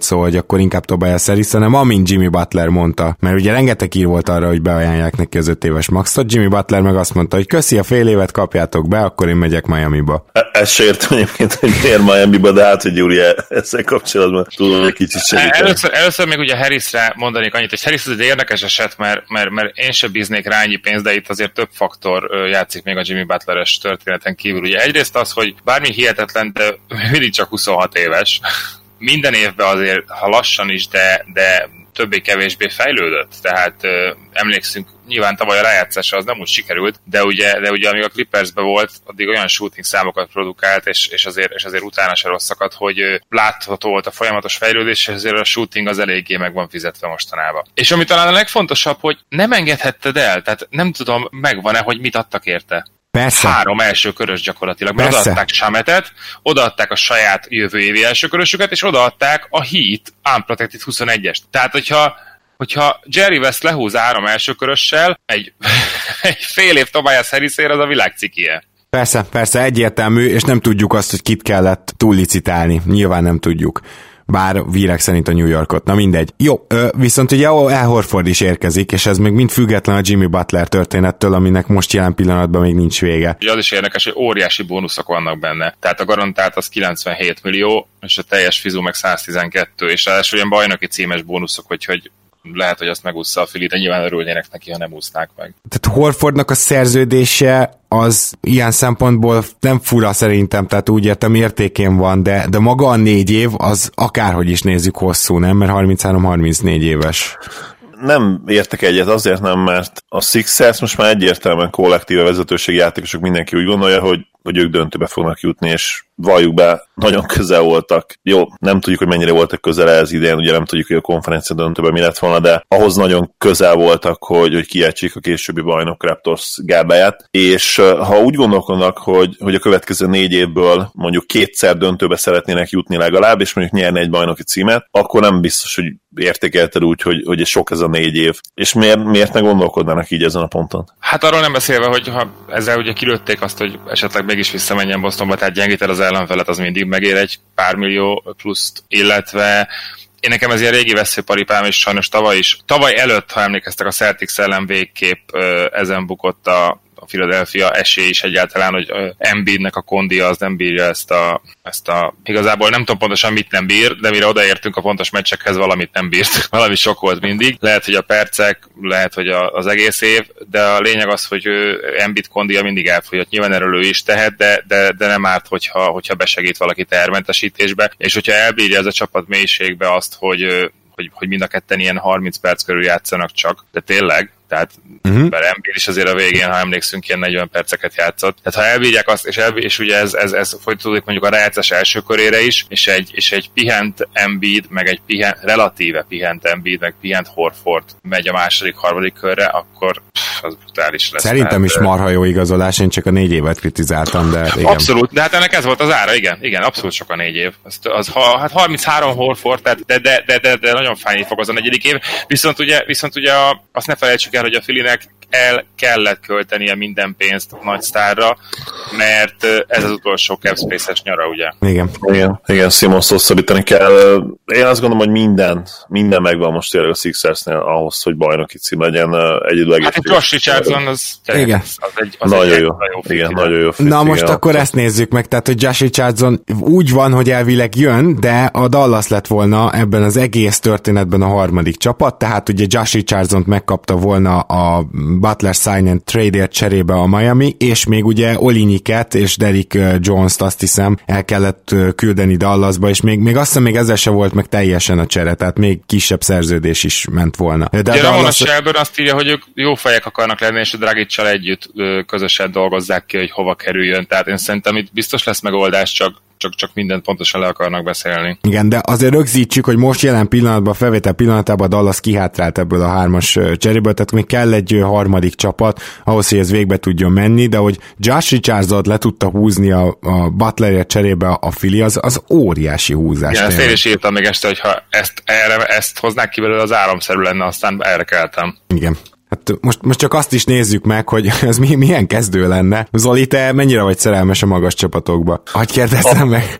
akkor inkább Tobias Harris, hanem amint Jimmy Butler mondta, mert ugye rengeteg ír volt arra, hogy beajánlják neki az öt éves maxot, Jimmy Butler meg azt mondta, hogy köszi, a fél évet kapjátok be, akkor én megyek Miamiba. Ezt se értem egyébként, hogy miért Miamiba, de hát, hogy Gyuri, ezzel kapcsolatban tudom egy kicsit segíteni. Először, először még ugye Harrisre mondanék annyit, hogy Harris az egy érdekes eset, mert, mert, mert én sem bíznék rá ennyi pénzt, de itt azért több faktor játszik még a Jimmy Butler-es történeten kívül. Ugye egyrészt az, hogy bármi hihetetlen, de mindig csak huszonhat éves. Minden évben azért, ha lassan is, de, de többé-kevésbé fejlődött. Tehát ö, emlékszünk, nyilván tavaly a rájátszása az nem úgy sikerült, de ugye, de ugye amíg a Clippersben volt, addig olyan shooting számokat produkált, és, és, azért, és azért utána se rosszakat, hogy ö, látható volt a folyamatos fejlődés, és azért a shooting az eléggé meg van fizetve mostanában. És ami talán a legfontosabb, hogy nem engedhetted el, tehát nem tudom, megvan-e, hogy mit adtak érte. Persze. Három első körös gyakorlatilag, mert Persze. odaadták Shametet, odaadták a saját jövő évi első körösüket, és odaadták a Heat Unprotected huszonegyest. Tehát, hogyha, hogyha Jerry West lehúz három első körössel, egy, egy fél év Tobias Harrisért, az a világ cikie. Persze, persze, egyértelmű, és nem tudjuk azt, hogy kit kellett túllicitálni. Nyilván nem tudjuk. Bár vírek szerint a New Yorkot. Na mindegy. Jó, viszont ugye Al Horford is érkezik, és ez még mind független a Jimmy Butler történettől, aminek most jelen pillanatban még nincs vége. Ugye az is érdekes, hogy óriási bónuszok vannak benne. Tehát a garantált az kilencvenhét millió, és a teljes fizu meg száztizenkettő, és ráadásul olyan bajnoki címes bónuszok, hogy lehet, hogy azt megúszza a Philly, de nyilván örülnének neki, ha nem úsznák meg. Tehát Horfordnak a szerződése az ilyen szempontból nem fura szerintem, tehát úgy értem értékén van, de, de maga a négy év az akárhogy is nézzük hosszú, nem? Mert harminchárom-harmincnégy éves. Nem értek egyet, azért nem, mert a Sixers most már egyértelműen kollektíve vezetőségi játékosok, mindenki úgy gondolja, hogy, hogy ők döntőbe fognak jutni, és valljuk be, nagyon közel voltak. Jó, nem tudjuk, hogy mennyire voltak közel ez idén, ugye nem tudjuk, hogy a konferencia döntőben mi lett volna, de ahhoz nagyon közel voltak, hogy, hogy kiejtsék a későbbi bajnok Raptors gárdát, és ha úgy gondolkodnak, hogy, hogy a következő négy évből mondjuk kétszer döntőbe szeretnének jutni legalább, és mondjuk nyerni egy bajnoki címet, akkor nem biztos, hogy értékelted úgy, hogy, hogy sok ez a négy év. És miért, miért ne gondolkodnának így ezen a ponton? Hát arról nem beszélve, hogy ha ezzel ugye kilőtték azt, hogy esetleg mégis visszamenjen Bostonba, tehát gyengíted az ellenfelet, az mindig megér egy pár millió pluszt, illetve én nekem ez ilyen régi veszőparipám, és sajnos tavaly is. Tavaly előtt, ha emlékeztek, a Celtics ellen végképp ezen bukott a a Philadelphia esély is egyáltalán, hogy Embiidnek a kondia az nem bírja ezt a, ezt a... Igazából nem tudom pontosan mit nem bír, de mire odaértünk a fontos meccsekhez, valamit nem bírt. Valami sok volt mindig. Lehet, hogy a percek, lehet, hogy a, az egész év, de a lényeg az, hogy Embiid kondia mindig elfogyott. Nyilván erről ő is tehet, de, de, de nem árt, hogyha, hogyha besegít valaki termentesítésbe, és hogyha elbírja ez a csapat mélységbe azt, hogy Hogy, hogy mind a ketten ilyen harminc perc körül játszanak csak, de tényleg, tehát uh-huh. mert Embiid is azért a végén, ha emlékszünk, ilyen negyven perceket játszott. Tehát ha elbírják azt, és, elbír, és ugye ez, ez, ez folytatódik mondjuk a rájátszás első körére is, és egy, és egy pihent Embiid, meg egy pihent, relatíve pihent Embiid, meg pihent Horford megy a második, harmadik körre, akkor pff, az brutális lesz. Szerintem is marha jó igazolás, én csak a négy évet kritizáltam, de igen. Abszolút, de hát ennek ez volt az ára, igen, igen, abszolút sok a négy év. Az, az, ha, hát harminchárom Horford, tehát de, de, de, de, de nagyon fájni fog az a negyedik év, viszont ugye, viszont ugye a, azt ne felejtsük el, hogy a Phillynek el kellett költenie minden pénzt a nagy sztárra, mert ez az utolsó cap space-es nyara, ugye? Igen. Igen, igen, Simons hosszabbítani kell. Én azt gondolom, hogy minden, minden megvan most tényleg a Sixersnél ahhoz, hogy bajnoki cím legyen egyedül egész. Hát egy Josh Richardson, az, igen. az egy, az nagyon egy jó. jó fit, igen, nagyon jó fit, Na igen, most igen, akkor ezt nézzük meg, tehát hogy Josh Richardson úgy van, hogy elvileg jön, de a Dallas lett volna ebben az egész történetben a harmadik csapat, tehát ugye Josh Richardsont megkapta volna a Butler sign and trade-ért cserébe a Miami, és még ugye Olinyiket és Derrick Jones-t azt hiszem el kellett küldeni Dallasba, és még, még azt hiszem még ezzel se volt meg teljesen a csere, tehát még kisebb szerződés is ment volna. De ugye Dallas... Ramon Shelburne azt írja, hogy ők jó fejek akarnak lenni, és a Dragic-sal együtt közösen dolgozzák ki, hogy hova kerüljön, tehát én szerintem itt biztos lesz megoldás, csak Csak, csak mindent pontosan le akarnak beszélni. Igen, de azért rögzítsük, hogy most jelen pillanatban, a felvétel pillanatában Dallas kihátrált ebből a hármas cseréből, tehát még kell egy harmadik csapat ahhoz, hogy ez végbe tudjon menni, de hogy Josh Richardsot le tudta húzni a, a Butler cserébe a Philly, az, az óriási húzás. Igen, ezt én is írtam még este, hogy ha ezt, erre, ezt hoznák ki belőle, az áramszerű lenne, aztán erre keltem. Igen. Hát most, most csak azt is nézzük meg, hogy ez mi, milyen kezdő lenne. Zoli, te mennyire vagy szerelmes a magas csapatokba? Hagy kérdezzem meg.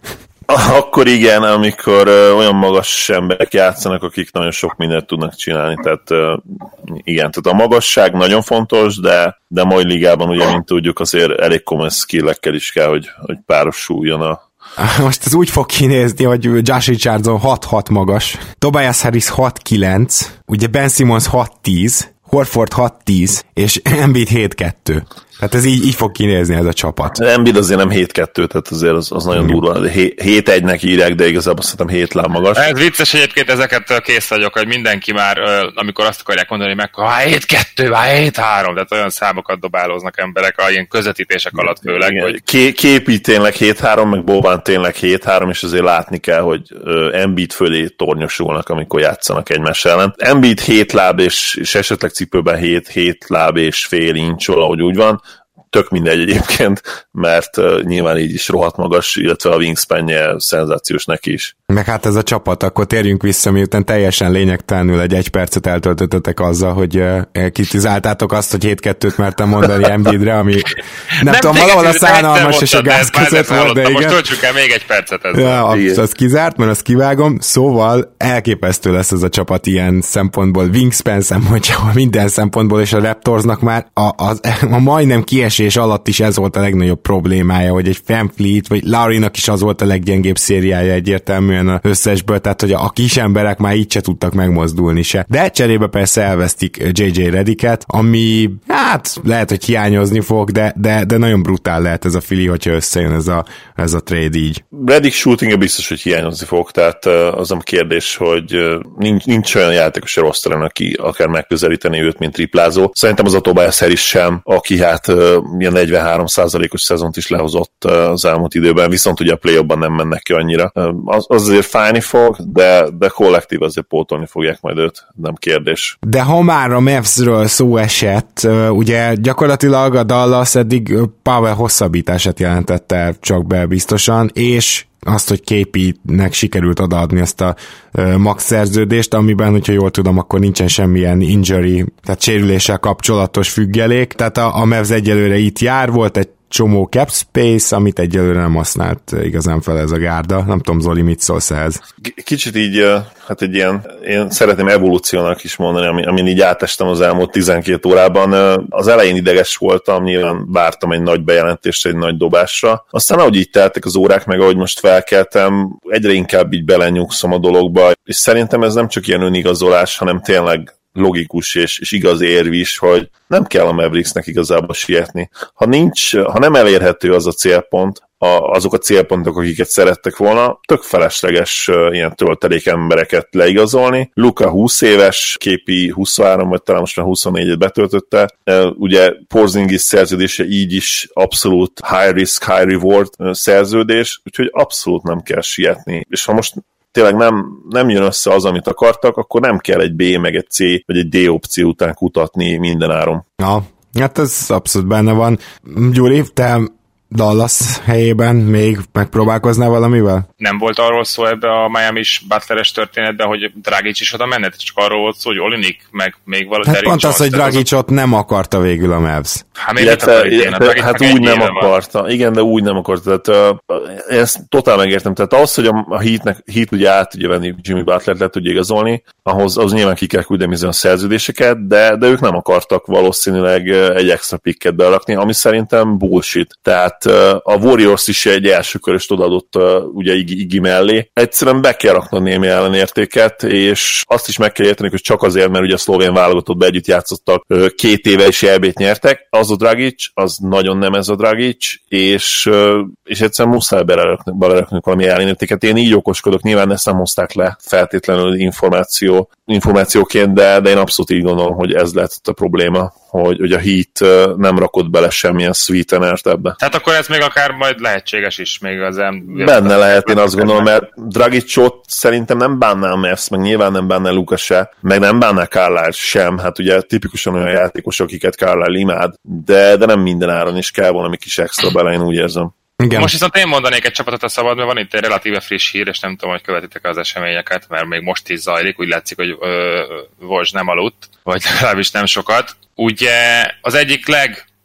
Akkor igen, amikor uh, olyan magas emberek játszanak, akik nagyon sok mindent tudnak csinálni, tehát uh, igen, tehát a magasság nagyon fontos, de, de mai ligában ugye, mint tudjuk, azért elég komoly skillekkel is kell, hogy, hogy párosuljon a Most ez úgy fog kinézni, hogy Josh Richardson hat hat magas, Tobias Harris hat kilenc, ugye Ben Simmons hat tíz, Horford hat tíz, és Embiid hét kettő. Tehát ez így, így fog kinézni ez a csapat. Embiid azért nem hét kettő, tehát azért az, az nagyon durva. hét egynek írják, de igazából szerintem hét láb magas. Ez vicces egyébként, ezeket kész vagyok, hogy mindenki már, amikor azt akarják mondani, meg hét kettő, hét három, tehát olyan számokat dobálóznak emberek, ilyen közvetítések alatt főleg. Igen, hogy... Ké, képi tényleg hét három, meg Boban tényleg hét három, és azért látni kell, hogy Embiid fölé tornyosulnak, amikor játszanak egymás ellen. Embiid hét láb, és, és esetleg cipőben hét láb és fél incs, valahogy úgy van. Tök mindegy egyébként, mert uh, nyilván így is rohadt magas, illetve a wingspanje szenzációs neki is. Meg hát ez a csapat, akkor térjünk vissza, miután teljesen lényegtelenül egy egy percet eltöltöttetek azzal, hogy uh, kritizáltátok azt, hogy hét kettőt mertem mondani Embiidre, ami nem, nem tudom, valahol a szánalmas és a gáz között volt, de igen. Most töltsük el még egy percet ezzel. Ja, az, az kizárt, mert azt kivágom, szóval elképesztő lesz ez a csapat ilyen szempontból, wingspan szempontjából, minden szempontból, és a Raptorsnak már a, a, a majdnem kiesés alatt is ez volt a legnagyobb problémája, hogy egy VanVleet, vagy Lowrynak is az volt a leggyengébb szériája egyértelműen az összesből, tehát hogy a kis emberek már így se tudtak megmozdulni se. De cserébe persze elvesztik jé jé Redicket, ami hát lehet, hogy hiányozni fog, de, de, de nagyon brutál lehet ez a Philly, hogyha összejön ez a, ez a trade így. Redick shootingja biztos, hogy hiányozni fog, tehát az a kérdés, hogy nincs, nincs olyan játékos a rosteren, aki akár megközelíteni őt, mint triplázó. Szerintem az a Tobias Harris sem, aki hát ilyen negyvenhárom százalékos szezont is lehozott az elmúlt időben, viszont ugye a play-offban nem mennek ki annyira. Az, az azért fájni fog, de, de kollektív azért pótolni fogják majd őt, nem kérdés. De ha már a Mavsről szó esett, ugye gyakorlatilag a Dallas eddig Powell hosszabbítását jelentette csak be biztosan, és azt, hogy ká pé-nek sikerült odaadni ezt a uh, max szerződést, amiben, hogyha jól tudom, akkor nincsen semmilyen injury, tehát sérüléssel kapcsolatos függelék, tehát a, a Mavs egyelőre itt jár, volt egy csomó cap space, amit egyelőre nem használt igazán fel ez a gárda. Nem tudom, Zoli, mit szólsz ehhez? Kicsit így, hát egy ilyen, én szeretném evolúciónak is mondani, amin így átestem az elmúlt tizenkét órában. Az elején ideges voltam, nyilván vártam egy nagy bejelentést, egy nagy dobásra. Aztán ahogy így teltek az órák, meg ahogy most felkeltem, egyre inkább így belenyugszom a dologba, és szerintem ez nem csak ilyen önigazolás, hanem tényleg logikus és, és igaz érv is, hogy nem kell a Mavericksnek igazából sietni. Ha nincs, ha nem elérhető az a célpont, a, azok a célpontok, akiket szerettek volna, tök felesleges uh, ilyen töltelék embereket leigazolni. Luka húsz éves, ká pé huszonhárom, vagy talán most már huszonnégyet betöltötte. Uh, ugye Porzingis szerződése így is abszolút high risk, high reward uh, szerződés, úgyhogy abszolút nem kell sietni. És ha most tényleg nem, nem jön össze az, amit akartak, akkor nem kell egy B, meg egy C, vagy egy D opció után kutatni minden áron. Ja, hát ez abszolút benne van. Gyuri, te Dallas helyében még megpróbálkoznál valamivel? Nem volt arról szó ebbe a Miami-s Butleres történetben, hogy Dragic is oda menne, csak arról volt szó, hogy Olinik, meg még valami. Hát pont az, hogy Dragicot nem akarta végül a Mavs. Hát, illetve, illetve, hát úgy nem akarta. Van. Igen, de úgy nem akarta. Tehát, uh, ezt totál megértem. Tehát az, hogy a, a Heatnek, Heat ugye át tudja venni Jimmy Butlert, le tudja igazolni, ahhoz, ahhoz nyilván ki kell küldeni a szerződéseket, de, de ők nem akartak valószínűleg egy extra picket berakni, ami szerintem bullshit. Tehát a Warriors is egy első köröst odaadott ugye Iggy mellé. Egyszerűen be kell rakni némi ellenértéket, és azt is meg kell érteni, hogy csak azért, mert ugye a szlovén válogatottban együtt játszottak, két éve is é bét nyertek. Az a Dragic, az nagyon nem ez a Dragic, és, és egyszerűen muszáj belerakni, belerakni valami ellenértéket. Én így okoskodok, nyilván ezt nem hozták le feltétlenül információ, információként, de, de én abszolút így gondolom, hogy ez lett a probléma, hogy, hogy a Heat nem rakott bele semmilyen sweetenert ebbe. Tehát akkor ez még akár majd lehetséges is még az em... Benne lehet, én azt gondolom, mert Dragicot szerintem nem bánná a Mavs, meg nyilván nem bánná Luka se, meg nem bánná Carlisle sem, hát ugye tipikusan olyan játékosok, akiket Carlisle imád, de, de nem minden áron is kell valami kis extra bele, én úgy érzem. Igen. Most viszont én mondanék egy csapatot a szabad, mert van itt egy relatíve friss hír, és nem tudom, hogy követitek az eseményeket, mert még most is zajlik, úgy látszik, hogy Woj nem aludt, vagy legalábbis nem sokat. Ugye az egyik leg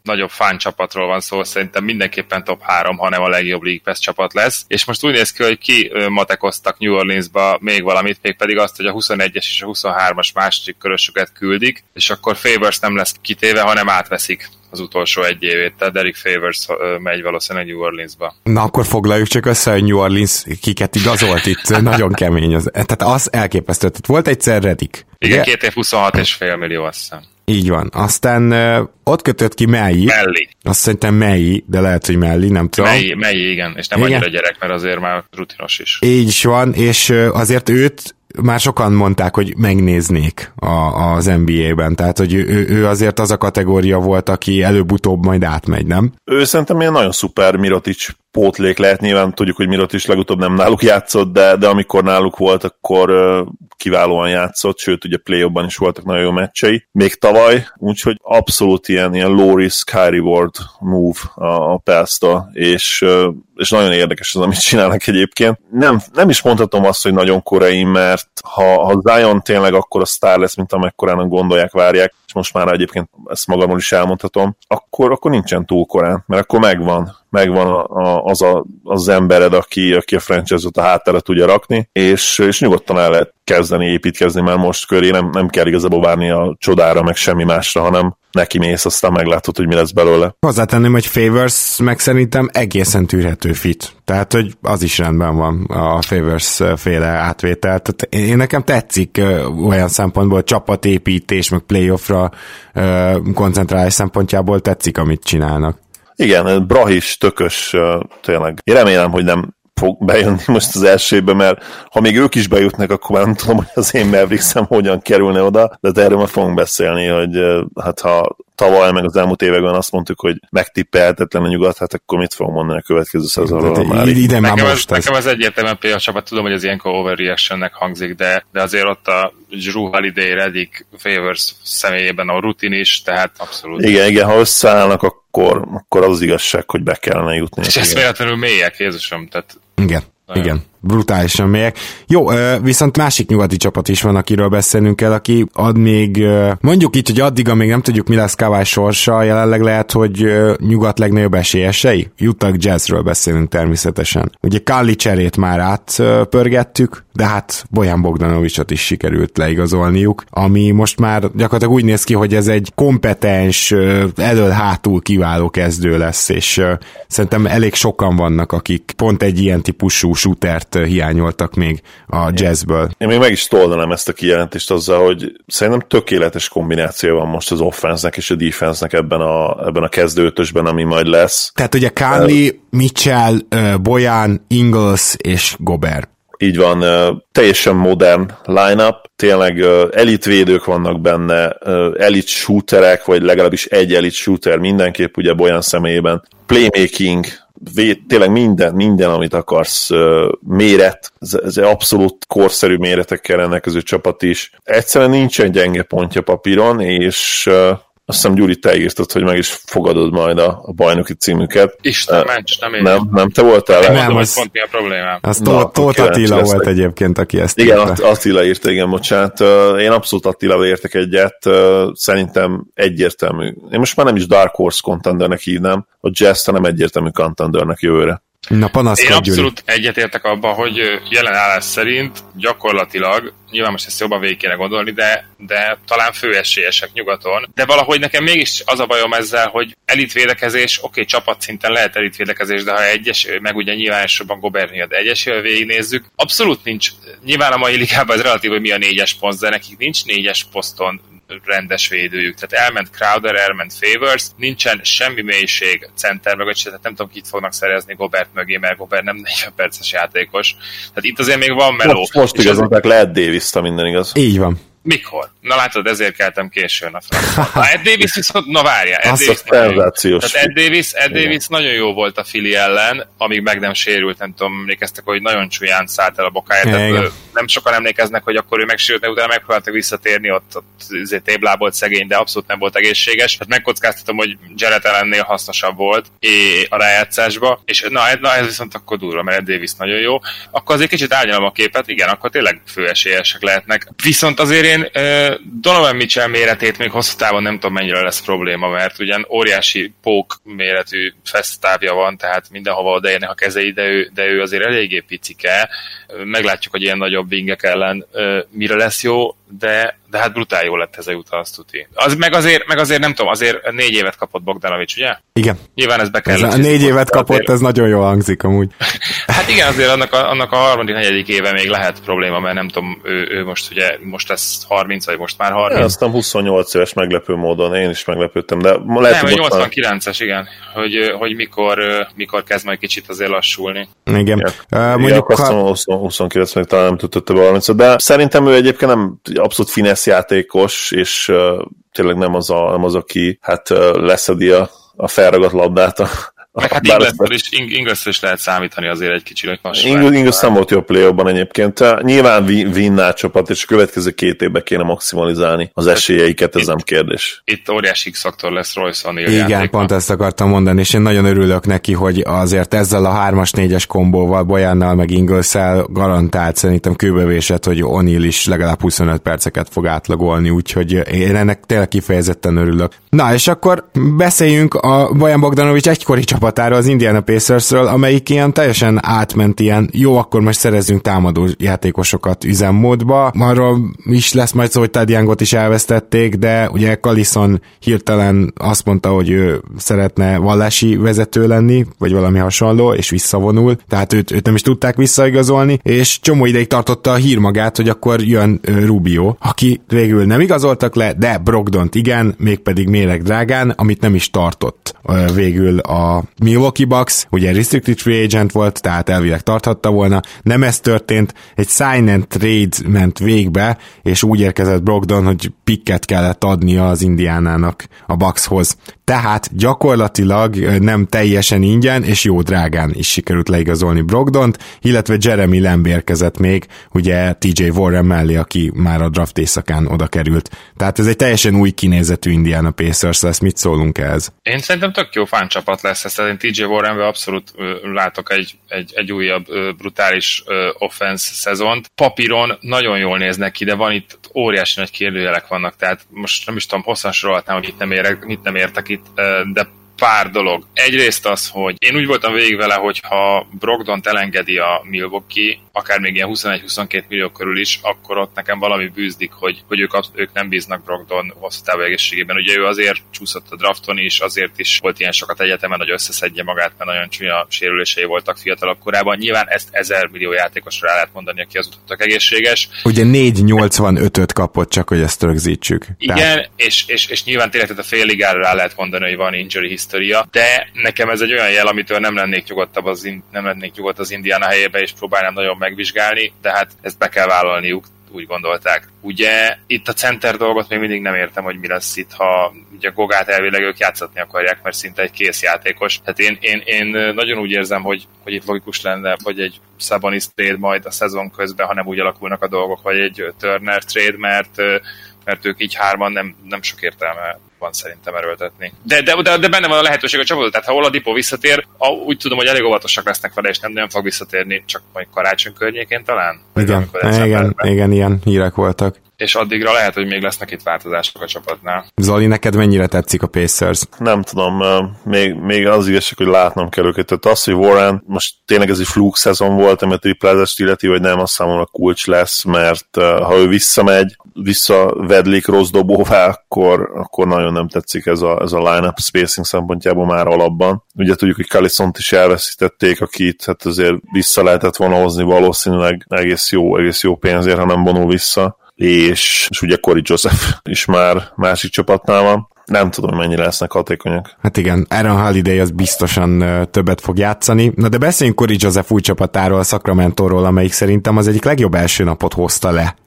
nagyobb fán csapatról van szó, szerintem mindenképpen top három, hanem a legjobb League Pass csapat lesz. És most úgy néz ki, hogy ki matekoztak New Orleansba még valamit, még pedig azt, hogy a huszonegyes és a huszonhármas második körösöket küldik, és akkor Favors nem lesz kitéve, hanem átveszik az utolsó egy évét, tehát Derek Favors megy valószínűleg New Orleansba. Na akkor foglaljuk csak össze, hogy New Orleans kiket igazolt itt, nagyon kemény. Az, tehát az elképesztő. Tehát volt egyszer Redick. Igen, ugye? Két év huszonhat és fél millió, azt hiszem. Így van. Aztán uh, ott kötött ki Melly. Melly. Azt szerintem Melly, de lehet, hogy Melly, nem tudom. Melly, Melly igen, és nem igen? Annyira gyerek, mert azért már rutinos is. Így is van, és uh, azért őt már sokan mondták, hogy megnéznék a, az en bé á-ben, tehát hogy ő, ő azért az a kategória volt, aki előbb-utóbb majd átmegy, nem? Ő szerintem ilyen nagyon szuper Mirotic pótlék lehet, nyilván tudjuk, hogy Mirotic legutóbb nem náluk játszott, de, de amikor náluk volt, akkor uh, kiválóan játszott, sőt ugye play-offban is voltak nagyon jó meccsei, még tavaly, úgyhogy abszolút ilyen, ilyen low risk, high reward move a, a Pels-től, és, uh, és nagyon érdekes az, amit csinálnak egyébként. Nem, nem is mondhatom azt, hogy nagyon korai, mert ha, ha Zion tényleg akkor a sztár lesz, mint amekkorának gondolják, várják, és most már egyébként ezt magamról is elmondhatom, akkor, akkor nincsen túl korán, mert akkor megvan, megvan a, a, az a, az embered, aki, aki a franchise-ot a háttára tudja rakni, és, és nyugodtan el lehet kezdeni építkezni, mert most köré nem, nem kell igazából várni a csodára, meg semmi másra, hanem neki mész, aztán meglátod, hogy mi lesz belőle. Hozzátenném, hogy Favors meg szerintem egészen tűrhető fit. Tehát, hogy az is rendben van a Favors féle átvétel. Tehát én nekem tetszik olyan szempontból, csapatépítés, meg playoffra koncentrálás szempontjából tetszik, amit csinálnak. Igen, Brahis, tökös, tényleg. Én remélem, hogy nem fog bejönni most az elsőbe, mert ha még ők is bejutnak, akkor már nem tudom, hogy az én Mavericksem hogyan kerülne oda, de erről már fogunk beszélni, hogy hát ha tavaly, meg az elmúlt években azt mondtuk, hogy megtippelhetetlen a nyugat, hát akkor mit fogom mondani a következő szezonról már? Ide már nekem, most ez, nekem az egyértelműen például a csapat, tudom, hogy az ilyenkor overreactionnek hangzik, de, de azért ott a Jrue Holiday, Redick, Favors személyében a rutin is, tehát abszolút. Igen, igen, ha összeállnak, akkor, akkor az igazság, hogy be kellene jutni. És ez véletlenül mélyek, Jézusom, tehát... Igen. Nagyon. Igen, brutálisan mélyek. Jó, viszont másik nyugati csapat is van, akiről beszélnünk kell, aki ad még, mondjuk így, hogy addig, amíg nem tudjuk, mi lesz Kawhi sorsa, jelenleg lehet, hogy nyugat legnagyobb esélyesei. Utah Jazzről beszélünk természetesen. Ugye Kalli cserét már átpörgettük, de hát Bojan Bogdanovicsot is sikerült leigazolniuk, ami most már gyakorlatilag úgy néz ki, hogy ez egy kompetens, elől-hátul kiváló kezdő lesz, és szerintem elég sokan vannak, akik pont egy ilyen típusú shootert hiányoltak még a Jazzből. Én még meg is toldanám ezt a kijelentést azzal, hogy szerintem tökéletes kombináció van most az offense-nek és a defense-nek ebben a, ebben a kezdőtösben, ami majd lesz. Tehát ugye Conley, Mitchell, Bojan, Ingles és Gobert. Így van, teljesen modern line-up, tényleg elitvédők vannak benne, elit shooterek, vagy legalábbis egy elit shooter mindenképp ugye Bojan személyében. Playmaking, véd, tényleg minden, minden, amit akarsz, méret, ez, ez abszolút korszerű méretekkel rendelkező csapat is. Egyszerűen nincsen gyenge pontja papíron, és azt hiszem, Gyuri, te írtad, hogy meg is fogadod majd a, a bajnoki címüket. Isten, uh, mencs, nem én. Nem, nem, te voltál? Nem, nem, az, pont mi a problémám. Az Tóth Attila volt egyébként, aki ezt igen, írta. Attila írta, igen, bocsánat. Én abszolút Attilával értek egyet. Szerintem egyértelmű. Én most már nem is Dark Horse contendernek hívnám, a Jazz, hanem egyértelmű contendernek jövőre. Na, panaszkod, Én abszolút Gyuri. Egyetértek abban, hogy jelen állás szerint gyakorlatilag, nyilván most ezt jobban végig kéne gondolni, de, de talán főesélyesek nyugaton. De valahogy nekem mégis az a bajom ezzel, hogy elitvédekezés, oké, okay, csapatszinten lehet elitvédekezés, de ha egyes, meg ugye nyilván elsősorban Gobert miatt egyesével végignézzük, abszolút nincs, nyilván a mai ligában ez relatív, hogy mi a négyes poszt, de nekik nincs négyes poszton rendes védőjük. Tehát elment Crowder, elment Favors, nincsen semmi mélység center mögött, tehát nem tudom, kit fognak szerezni Gobert mögé, mert Gobert nem negyven perces játékos. Tehát itt azért még van meló. Most, most igazolták, lehet Davis-t, minden igaz. Így van. Mikor? Na látod, ezért keltem későn a francba. Ed Davis viszont, na várjál, Ed Davis, Davis, Tehát Ed Davis, Ed Davis nagyon jó volt a Philly ellen, amíg meg nem sérült, nem tudom, emlékeztek, hogy nagyon csúlyán szállt el a bokáját. nem sokan emlékeznek, hogy akkor ő megsérült, mert utána megpróbáltak visszatérni, ott, ott téblábolt szegény, de abszolút nem volt egészséges. Hát megkockáztatom, hogy Jarrett Allennél hasznosabb volt a rájátszásba, és na, na ez viszont akkor durva, mert Ed Davis nagyon jó. Akkor azért kicsit árnyalom a képet, igen, akkor tényleg főesélyesek lehetnek. Viszont azért én uh, Donovan Mitchell méretét még hosszú távon nem tudom mennyire lesz probléma, mert ugyan óriási pók méretű festtávja van, tehát mindenhova odaérnek a kezei, de ő, de ő azért eléggé picike. Meglátjuk, hogy ilyen nagyobb wingek ellen uh, mire lesz jó, de, de hát brutál jó lett ez a juta, azt tuti. Az, meg, azért, meg azért nem tudom, azért négy évet kapott Bogdanovics, ugye? Igen. Nyilván ez be kell. Ez a négy évet kapott, azért... ez nagyon jól hangzik amúgy. Hát igen, azért annak a, annak a harmadik, negyedik éve még lehet probléma, mert nem tudom, ő, ő most ugye, most lesz harminc, vagy most már harminc. Ja, aztán huszonnyolc éves meglepő módon, én is meglepődtem, de lehet, nem, nyolcvankilences, igen, hogy, hogy mikor, mikor kezd majd kicsit azért lassulni. Igen. Ja. Uh, mondjuk ja, ha... huszonkilenc még talán nem tudta be harminc, de szerintem ő egyébként nem abszolút finesz játékos, és uh, tényleg nem az, a, nem az, aki hát uh, leszedi a, a felragadt labdát a Meg hát Ingles-től is, Ingles is lehet számítani azért egy kicsit, hogy most Ingles nem volt jó play-offban egyébként. Nyilván vinná csapat, és a következő két évben kéne maximalizálni az esélyeiket, ez nem kérdés. Itt óriási X-faktor lesz Royce O'Neal Igen, játékban. Pont ezt akartam mondani, és én nagyon örülök neki, hogy azért ezzel a hármas-négyes kombóval, Bojánnal meg Inglessel garantált szerintem kőbevésett, hogy O'Neal is legalább huszonöt perceket fog átlagolni, úgyhogy én ennek tényleg kifejezetten örülök. Na, és akkor beszéljünk a Bojan Bogdanovics egykori csapatáról, az Indiana Pacersről, amelyik ilyen teljesen átment ilyen, jó, akkor most szerezzünk támadó játékosokat üzemmódba. Arról is lesz majd szó, hogy Thad Youngot is elvesztették, de ugye Collison hirtelen azt mondta, hogy ő szeretne vallási vezető lenni, vagy valami hasonló, és visszavonul, tehát őt, őt nem is tudták visszaigazolni, és csomó ideig tartotta a hír magát, hogy akkor jön Rubio, aki végül nem igazoltak le, de Brogdont igen, mégpedig méreg drágán, amit nem is tartott végül a Milwaukee Bucks, ugye restricted free agent volt, tehát elvileg tarthatta volna, nem ez történt, egy sign and trade ment végbe, és úgy érkezett Brogdon, hogy picket kellett adnia az Indiánának a Buckshoz. Tehát gyakorlatilag nem teljesen ingyen, és jó drágán is sikerült leigazolni Brogdont, illetve Jeremy Lamb érkezett még, ugye té jé Warren mellé, aki már a draft éjszakán oda került. Tehát ez egy teljesen új kinézetű Indiana Pacers lesz, mit szólunk ehhez? Én szerintem tök jó fán csapat lesz, ezt én té jé Warrenben abszolút uh, látok egy, egy, egy újabb uh, brutális uh, offense szezont. Papíron nagyon jól néznek ki, de van itt óriási nagy kérdőjelek vannak, tehát most nem is tudom, hosszan sorolhatnám, hogy mit nem, érek, mit nem értek itt, uh, de pár dolog. Egyrészt az, hogy én úgy voltam végig vele, hogy ha Brogdont elengedi a Milwaukee, akár még ilyen huszonegy-huszonkettő millió körül is, akkor ott nekem valami bűzdik, hogy, hogy ők, ők nem bíznak Brogdon hosszú távú egészségében. Ugye ő azért csúszott a drafton is, azért is volt ilyen sokat egyetemen, hogy összeszedje magát, mert nagyon csúnya sérülései voltak fiatalabb korában. Nyilván ezt ezer millió játékosra el lehet mondani, aki azutottak egészséges. Ugye négy nyolcvanötöt kapott, csak hogy ezt rögzítsük. Igen, Tehát... és, és, és nyilván tényleg a fél ligára rá lehet mondani, hogy van injury history, de nekem ez egy olyan jel, amitől nem lennék nyugodtabb az, nem lennék nyugodt az Indiana helyébe, és próbálnám nagyon megvizsgálni, de hát ezt be kell vállalniuk, úgy gondolták. Ugye itt a center dolgot még mindig nem értem, hogy mi lesz itt, ha ugye Gogát elvileg ők játszatni akarják, mert szinte egy kész játékos. Tehát én, én, én nagyon úgy érzem, hogy, hogy itt logikus lenne, vagy egy Sabonis trade majd a szezon közben, ha nem úgy alakulnak a dolgok, vagy egy Turner trade, mert, mert ők így hárman nem, nem sok értelme van szerintem erőltetni. De, de, de, de benne van a lehetőség a csapatot, tehát ha Oladipo visszatér, úgy tudom, hogy elég óvatosak lesznek vele, és nem nagyon fog visszatérni, csak majd karácsony környékén talán. Igen, igen, igen, ilyen hírek voltak. És addigra lehet, hogy még lesznek itt változások a csapatnál. Zoli, neked mennyire tetszik a Pacers? Nem tudom, még, még az igazság, hogy látnom kell őket. Tehát az, hogy Warren most tényleg ez egy fluk szezon volt, amit triplázást illeti, vagy nem, azt számomra kulcs lesz, mert ha ő visszamegy, visszavedlik rossz dobóvá, akkor, akkor nagyon nem tetszik ez a, ez a line-up spacing szempontjából már alapban. Ugye tudjuk, hogy Collison-t is elveszítették, akit hát azért vissza lehetett volna hozni valószínűleg egész jó, egész jó pénzért, ha nem vonul vissza. És, és ugye Corey Joseph is már másik csapatnál van. Nem tudom, mennyire lesznek hatékonyak. Hát igen, Aaron Holiday az biztosan uh, többet fog játszani. Na de beszéljünk Corey Joseph új csapatáról, a Sacramento-ról, amelyik szerintem az egyik legjobb első napot hozta le.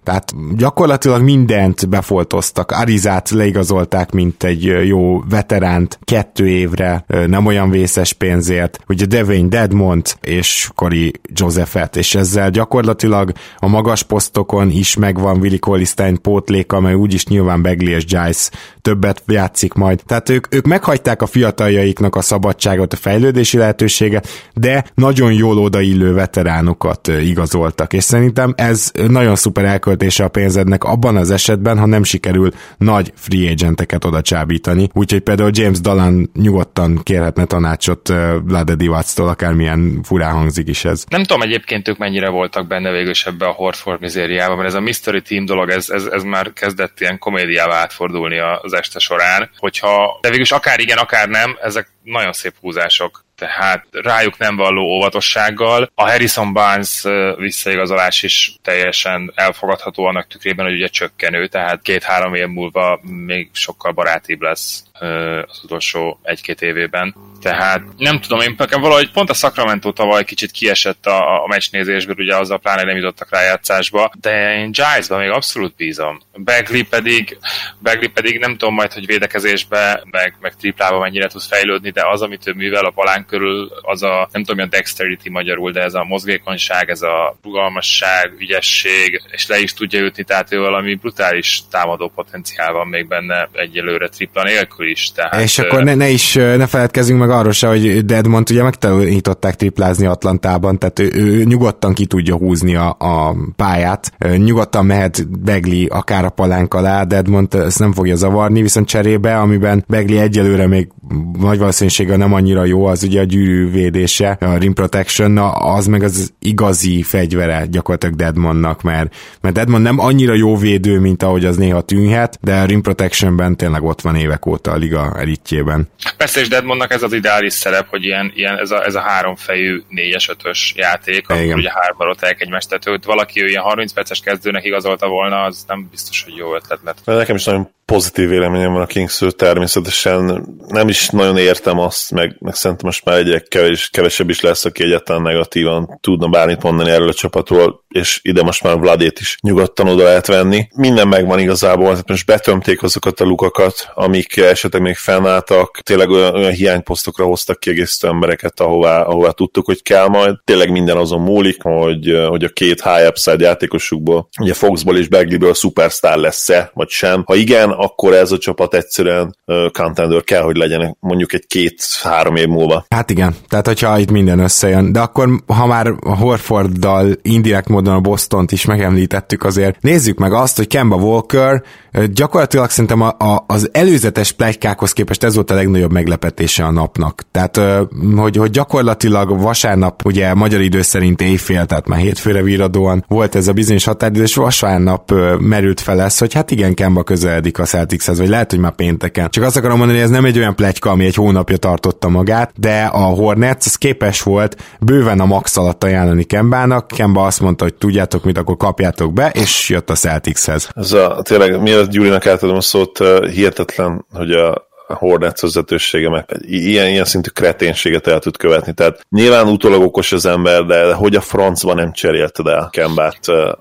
Tehát gyakorlatilag mindent befoltoztak. Arizát leigazolták, mint egy jó veteránt kettő évre, nem olyan vészes pénzért. Ugye Dwayne Dedmont és Corey Josephet, és ezzel gyakorlatilag a magas posztokon is megvan Willie Cauley-Stein pótléka, mert úgyis nyilván Bagley és Giles többet játszik majd. Tehát ők, ők meghagyták a fiataljaiknak a szabadságot, a fejlődési lehetőséget, de nagyon jól odaillő veteránokat igazoltak, és szerintem ez nagyon szuper elköltése a pénzednek abban az esetben, ha nem sikerül nagy free agenteket oda csábítani. Úgyhogy például James Dolan nyugodtan kérhetne tanácsot Vlade Divactól, akármilyen furán hangzik is ez. Nem tudom egyébként ők mennyire voltak benne végül is ebbe a Horford mizériában, mert ez a Mystery Team dolog, ez, ez, ez már kezdett ilyen komédiává átfordulni az este során, hogyha, de végül is akár igen, akár nem, ezek nagyon szép húzások. Tehát rájuk nem valló óvatossággal. A Harrison Barnes visszaigazolás is teljesen elfogadható annak tükrében, hogy ugye csökkenő, tehát két-három év múlva még sokkal barátibb lesz az utolsó egy-két évében. Tehát nem tudom, én valahogy pont a Sacramento tavaly kicsit kiesett a, a meccsnézésből, ugye azzal pláne nem jutottak rájátszásba, de én Gilesban még abszolút bízom. Bagley pedig, Bagley pedig nem tudom majd, hogy védekezésbe, meg, meg triplába mennyire tud fejlődni, de az, amit ő művel a palán körül, az a, nem tudom, mi a dexterity magyarul, de ez a mozgékonyság, ez a rugalmasság, ügyesség, és le is tudja ütni, tehát ő valami brutális támadó potenciál van még benne egyelőre tripla nélkül is. Tehát, és akkor ne, ne is, ne feledkezzünk meg arról se, hogy Dedmont ugye megtanították triplázni Atlantában, tehát ő, ő nyugodtan ki tudja húzni a, a pályát, nyugodtan mehet Bagley akár a palánk alá, Dedmont ezt nem fogja zavarni, viszont cserébe, amiben Bagley egyelőre még nagy valószínűséggel nem annyira jó, az ugye a gyűrűvédése, a rim protection, na, az meg az igazi fegyvere gyakorlatilag Dedmonnak, mert, mert Dedmon nem annyira jó védő, mint ahogy az néha tűnhet, de a rim protectionben tényleg ott van évek óta a liga elitjében. Persze, és Dedmonnak ez az ideális szerep, hogy ilyen, ilyen ez, a, ez a háromfejű négyes ötös játék, akkor ugye háromban rotálják egymást, tehát őt valaki ő ilyen harminc perces kezdőnek igazolta volna, az nem biztos, hogy jó ötlet lett. Nekem is nagyon pozitív véleményem van a Kingsről, természetesen nem is nagyon értem azt, meg, meg szerintem most már egyre kevés, kevesebb is lesz, aki egyáltalán negatívan tudna bármit mondani erről a csapatról, és ide most már Vladét is nyugodtan oda lehet venni. Minden megvan igazából, tehát most betömték azokat a lukakat, amik esetleg még fennálltak, tényleg olyan, olyan hiányposztokra hoztak kiegészítő embereket, ahová, ahová tudtuk, hogy kell majd. Tényleg minden azon múlik, hogy, hogy a két high upside játékosukból, ugye Foxból és Bagleyből szupersztár lesz-e, vagy sem. Ha igen, akkor ez a csapat egyszerűen uh, contender kell, hogy legyen mondjuk egy két-három év múlva. Hát igen, tehát hogyha itt minden összejön, de akkor ha már a Horforddal indirekt módon a Bostont is megemlítettük, azért nézzük meg azt, hogy Kemba Walker gyakorlatilag szerintem a, a, az előzetes pletykákhoz képest ez volt a legnagyobb meglepetése a napnak. Tehát, hogy, hogy gyakorlatilag vasárnap, ugye magyar idő szerint éjfél, tehát már hétfőre virradóan volt ez a bizonyos határidő, és vasárnap merült fel ez, hogy hát igen, Kemba közeledik a Celticshez, vagy lehet, hogy már pénteken. Csak azt akarom mondani, hogy ez nem egy olyan pletyka, ami egy hónapja tartotta magát, de a Hornets az képes volt bőven a max alatt ajánlani Kembának. Kemba azt mondta, hogy tudjátok mit, akkor kapjátok be, és jött a Celticshez. Ez a, tényleg, mielőtt Gyurinak átadom a szót, hihetetlen, hogy a Hornets vezetősége meg ilyen, ilyen szintű kreténséget el tud követni. Tehát nyilván utólag okos az ember, de hogy a francban nem cserélted el Kembát,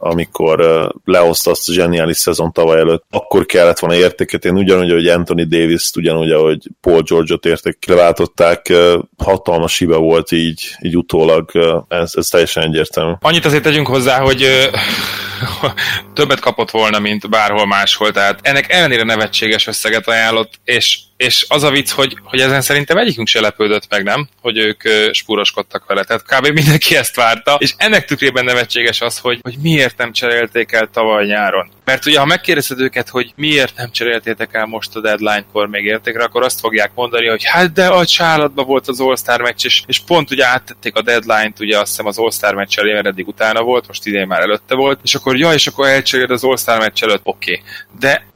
amikor lehozta azt a zseniális szezon tavaly előtt, akkor kellett volna értéket. Én ugyanúgy, hogy Anthony Davis-t, ugyanúgy, ahogy Paul George-ot értékre váltották, hatalmas hiba volt így, így utólag. Ez, ez teljesen egyértelmű. Annyit azért tegyünk hozzá, hogy többet kapott volna, mint bárhol máshol, tehát ennek ellenére nevetséges összeget ajánlott, és és az a vicc, hogy, hogy ezen szerintem egyikünk se lepődött meg, nem? Hogy ők uh, spúroskodtak vele. Tehát kb. Mindenki ezt várta, és ennek tükrében nevetséges az, hogy, hogy miért nem cserélték el tavaly nyáron. Mert ugye, ha megkérdezed őket, hogy miért nem cseréltétek el most a deadline-kor még értékre, akkor azt fogják mondani, hogy hát de a csálatban volt az All-Star meccs, és, és pont ugye áttették a deadline-t, ugye azt hiszem az All-Star meccs elé, mert eddig utána volt, most idén már előtte volt, és akkor ja, és akkor elcseréld az All-Star meccs előtt, oké. Okay. De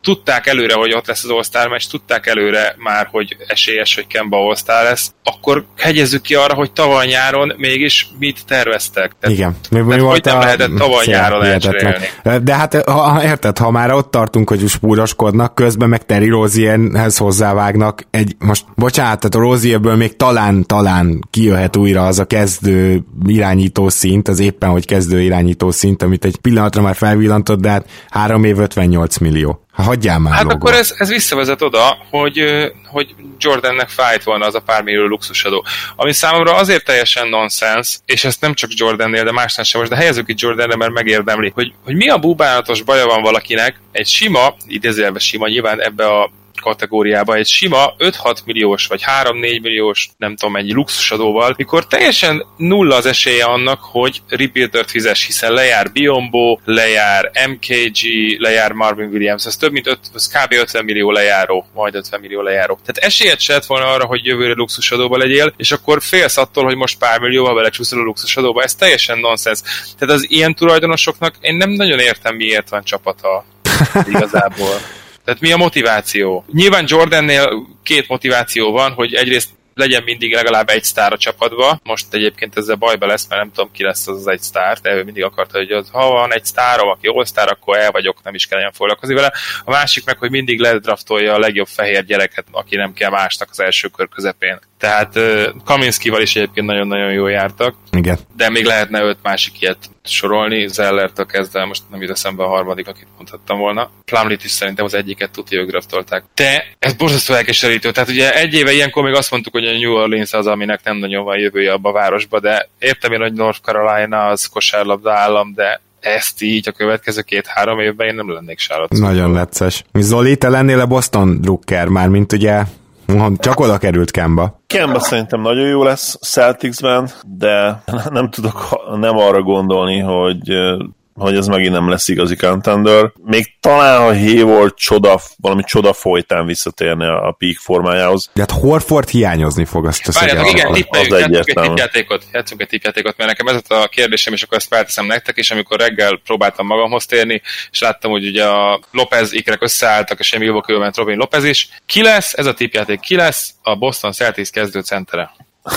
tudták előre, hogy ott lesz az All-Star meccs, tudták előre már, hogy esélyes, hogy Kemba All-Star lesz, akkor hegyezzük ki arra, hogy tavaly nyáron mégis mit terveztek. Tehát, igen. Mi, mi volt nem a lehetett tavaly nyáron elcserélni. De hát ha, érted, ha már ott tartunk, hogy spúroskodnak, közben meg Terry Rozierhez hozzávágnak egy, most bocsánat, tehát a Rozierből még talán, talán kijöhet újra az a kezdő irányító szint, az éppen, hogy kezdő irányító szint, amit egy pillanatra már felvillantott, de hát három év ötvennyolc millió. Hagyjál már Hát logva. akkor ez, ez visszavezet oda, hogy, hogy Jordannek fájt volna az a pár millió luxusadó. Ami számomra azért teljesen nonsens, és ezt nem csak Jordannél, de másnál sem most, de helyezzük itt Jordanre, mert megérdemli, hogy, hogy mi a búbánatos baja van valakinek egy sima, idézőjelben sima, nyilván ebbe a kategóriába egy sima öt-hat milliós, vagy három-négy milliós, nem tudom mennyi luxusadóval, mikor teljesen nulla az esélye annak, hogy rebuildert fizes, hiszen lejár Biyombo, lejár em ká gé, lejár Marvin Williams, ez több mint öt, ez kb. ötven millió lejáró, majd ötven millió lejáró. Tehát esélyed se lett volna arra, hogy jövőre luxusadóba legyél, és akkor félsz attól, hogy most pár millióval belecsúszol a luxusadóba, ez teljesen nonsens. Tehát az ilyen tulajdonosoknak én nem nagyon értem, miért van csapata igazából. Tehát mi a motiváció? Nyilván Jordannél két motiváció van, hogy egyrészt legyen mindig legalább egy sztár a csapatba. Most egyébként ezzel bajba lesz, mert nem tudom, ki lesz az az egy sztár, de ő mindig akarta, hogy az, ha van egy sztárom, aki all-sztár, akkor el vagyok, nem is kell olyan foglalkozni vele. A másik meg, hogy mindig ledraftolja a legjobb fehér gyereket, aki nem kell másnak az első kör közepén. Tehát uh, Kaminskival is egyébként nagyon-nagyon jól jártak. Igen. De még lehetne öt másik ilyet sorolni, Zellertől kezdve, most nem jut eszembe a harmadik, akit mondhattam volna. Plumlee-t is szerintem az egyiket tudja, ők draftolták. De ez borzasztó elkeserítő. Tehát ugye egy éve ilyenkor még azt mondtuk, hogy a New Orleans az, aminek nem nagyon van jövője abba a városba, de értem én, hogy North Carolina az kosárlabda állam, de ezt így a következő két-három évben én nem lennék Charlotte. Nagyon lecces. Zoli, te lennél a Boston Drucker már, mint ugye csak oda került Kemba. Kemba szerintem nagyon jó lesz Celticsben, de nem tudok nem arra gondolni, hogy hogy ez megint nem lesz igazi contender. Még talán, ha Hayward csoda, valami csoda folytán visszatérne a peak formájához. De hát Horford hiányozni fog, azt a Várjátok, igen, tippeljük, az játszunk egy tipjátékot, játszunk egy tipjátékot, mert nekem ez a kérdésem, és akkor ezt felteszem nektek, és amikor reggel próbáltam magamhoz térni, és láttam, hogy ugye a Lopez ikrek összeálltak, és Emil Bokő ment Robin Lopez is. Ki lesz, ez a tipjáték, ki lesz a Boston Celtics kezdő centere?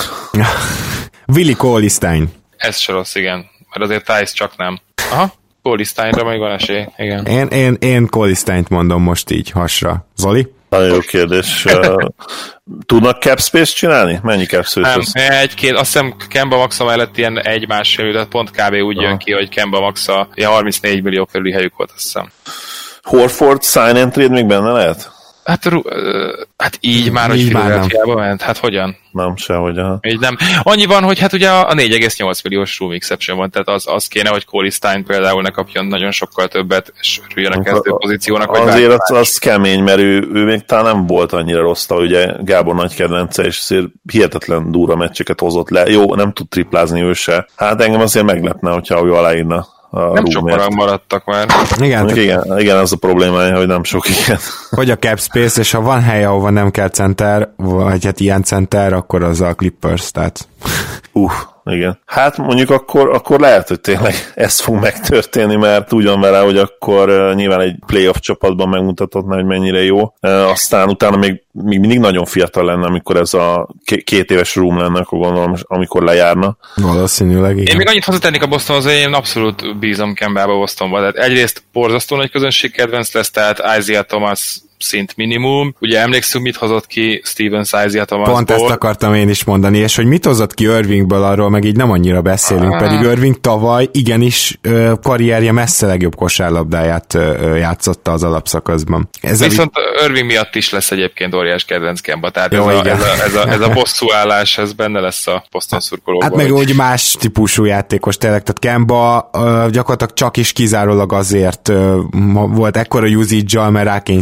Willie Cauley-Stein. Ez se rossz, igen. Mert azért Tice csak nem. Aha, Cauley-Steinra még van esély, igen. Én, én, én Cauley-Steint mondom most így hasra. Zoli? Nagyon jó kérdés. Tudnak cap space csinálni? Mennyi cap space? Nem, egy-két, azt hiszem Kemba Maxa mellett ilyen egy-másfél, de pont kb. Úgy jön ki, hogy Kemba Maxa ilyen harmincnégy millió körüli helyük volt, azt hiszem. Horford sign and trade még benne lehet? Hát, uh, hát így már, így hogy Philadelphiába ment, hát hogyan? Nem, sehogy. Aha. Így nem. Annyi van, hogy hát ugye a négy egész nyolc milliós room exception van, tehát az, az kéne, hogy Cauley-Stein például ne kapjon nagyon sokkal többet, és örüljön a kezdő pozíciónak. Azért az, az kemény, mert ő, ő még talán nem volt annyira rossz, ugye Gábor nagy kedvence, és azért hihetetlen durva meccseket hozott le. Jó, nem tud triplázni ő se. Hát engem azért meglepne, hogyha ő aláírna. Nem sokan maradtak már. Igen, te... igen, igen, az a problémája, hogy nem sok, igen. Hogy a cap space, és ha van hely, ahova nem kell center, vagy hát ilyen center, akkor az a Clippers, tehát... Uh, igen. Hát mondjuk akkor, akkor lehet, hogy tényleg ez fog megtörténni, mert úgy van vele, hogy akkor uh, nyilván egy playoff csapatban megmutathatná, hogy mennyire jó. Uh, aztán utána még, még mindig nagyon fiatal lenne, amikor ez a k- két éves room lenne, akkor gondolom, amikor lejárna. Valószínűleg, igen. Én még annyit hozzátennék a Bostonhoz, hogy én abszolút bízom Kembába Bostonba. Tehát egyrészt borzasztó nagy közönség kedvenc lesz, tehát Isaiah Thomas szint minimum. Ugye emlékszünk, mit hozott ki Steven Isaiah Thomasból. Pont ezt akartam én is mondani, és hogy mit hozott ki Irvingből, arról meg így nem annyira beszélünk, ah. pedig Irving tavaly igenis karrierje messze legjobb kosárlabdáját játszotta az alapszakaszban. Ez Viszont a... Irving miatt is lesz egyébként óriás kedvenc Kemba, tehát Jó, ez, a, ez, a, ez, a, ez a bosszúállás, ez benne lesz a Boston szurkolóban. Hát meg úgy más típusú játékos tényleg, tehát Kemba gyakorlatilag csak is kizárólag azért volt ekkora usage-al, mert rákényszerült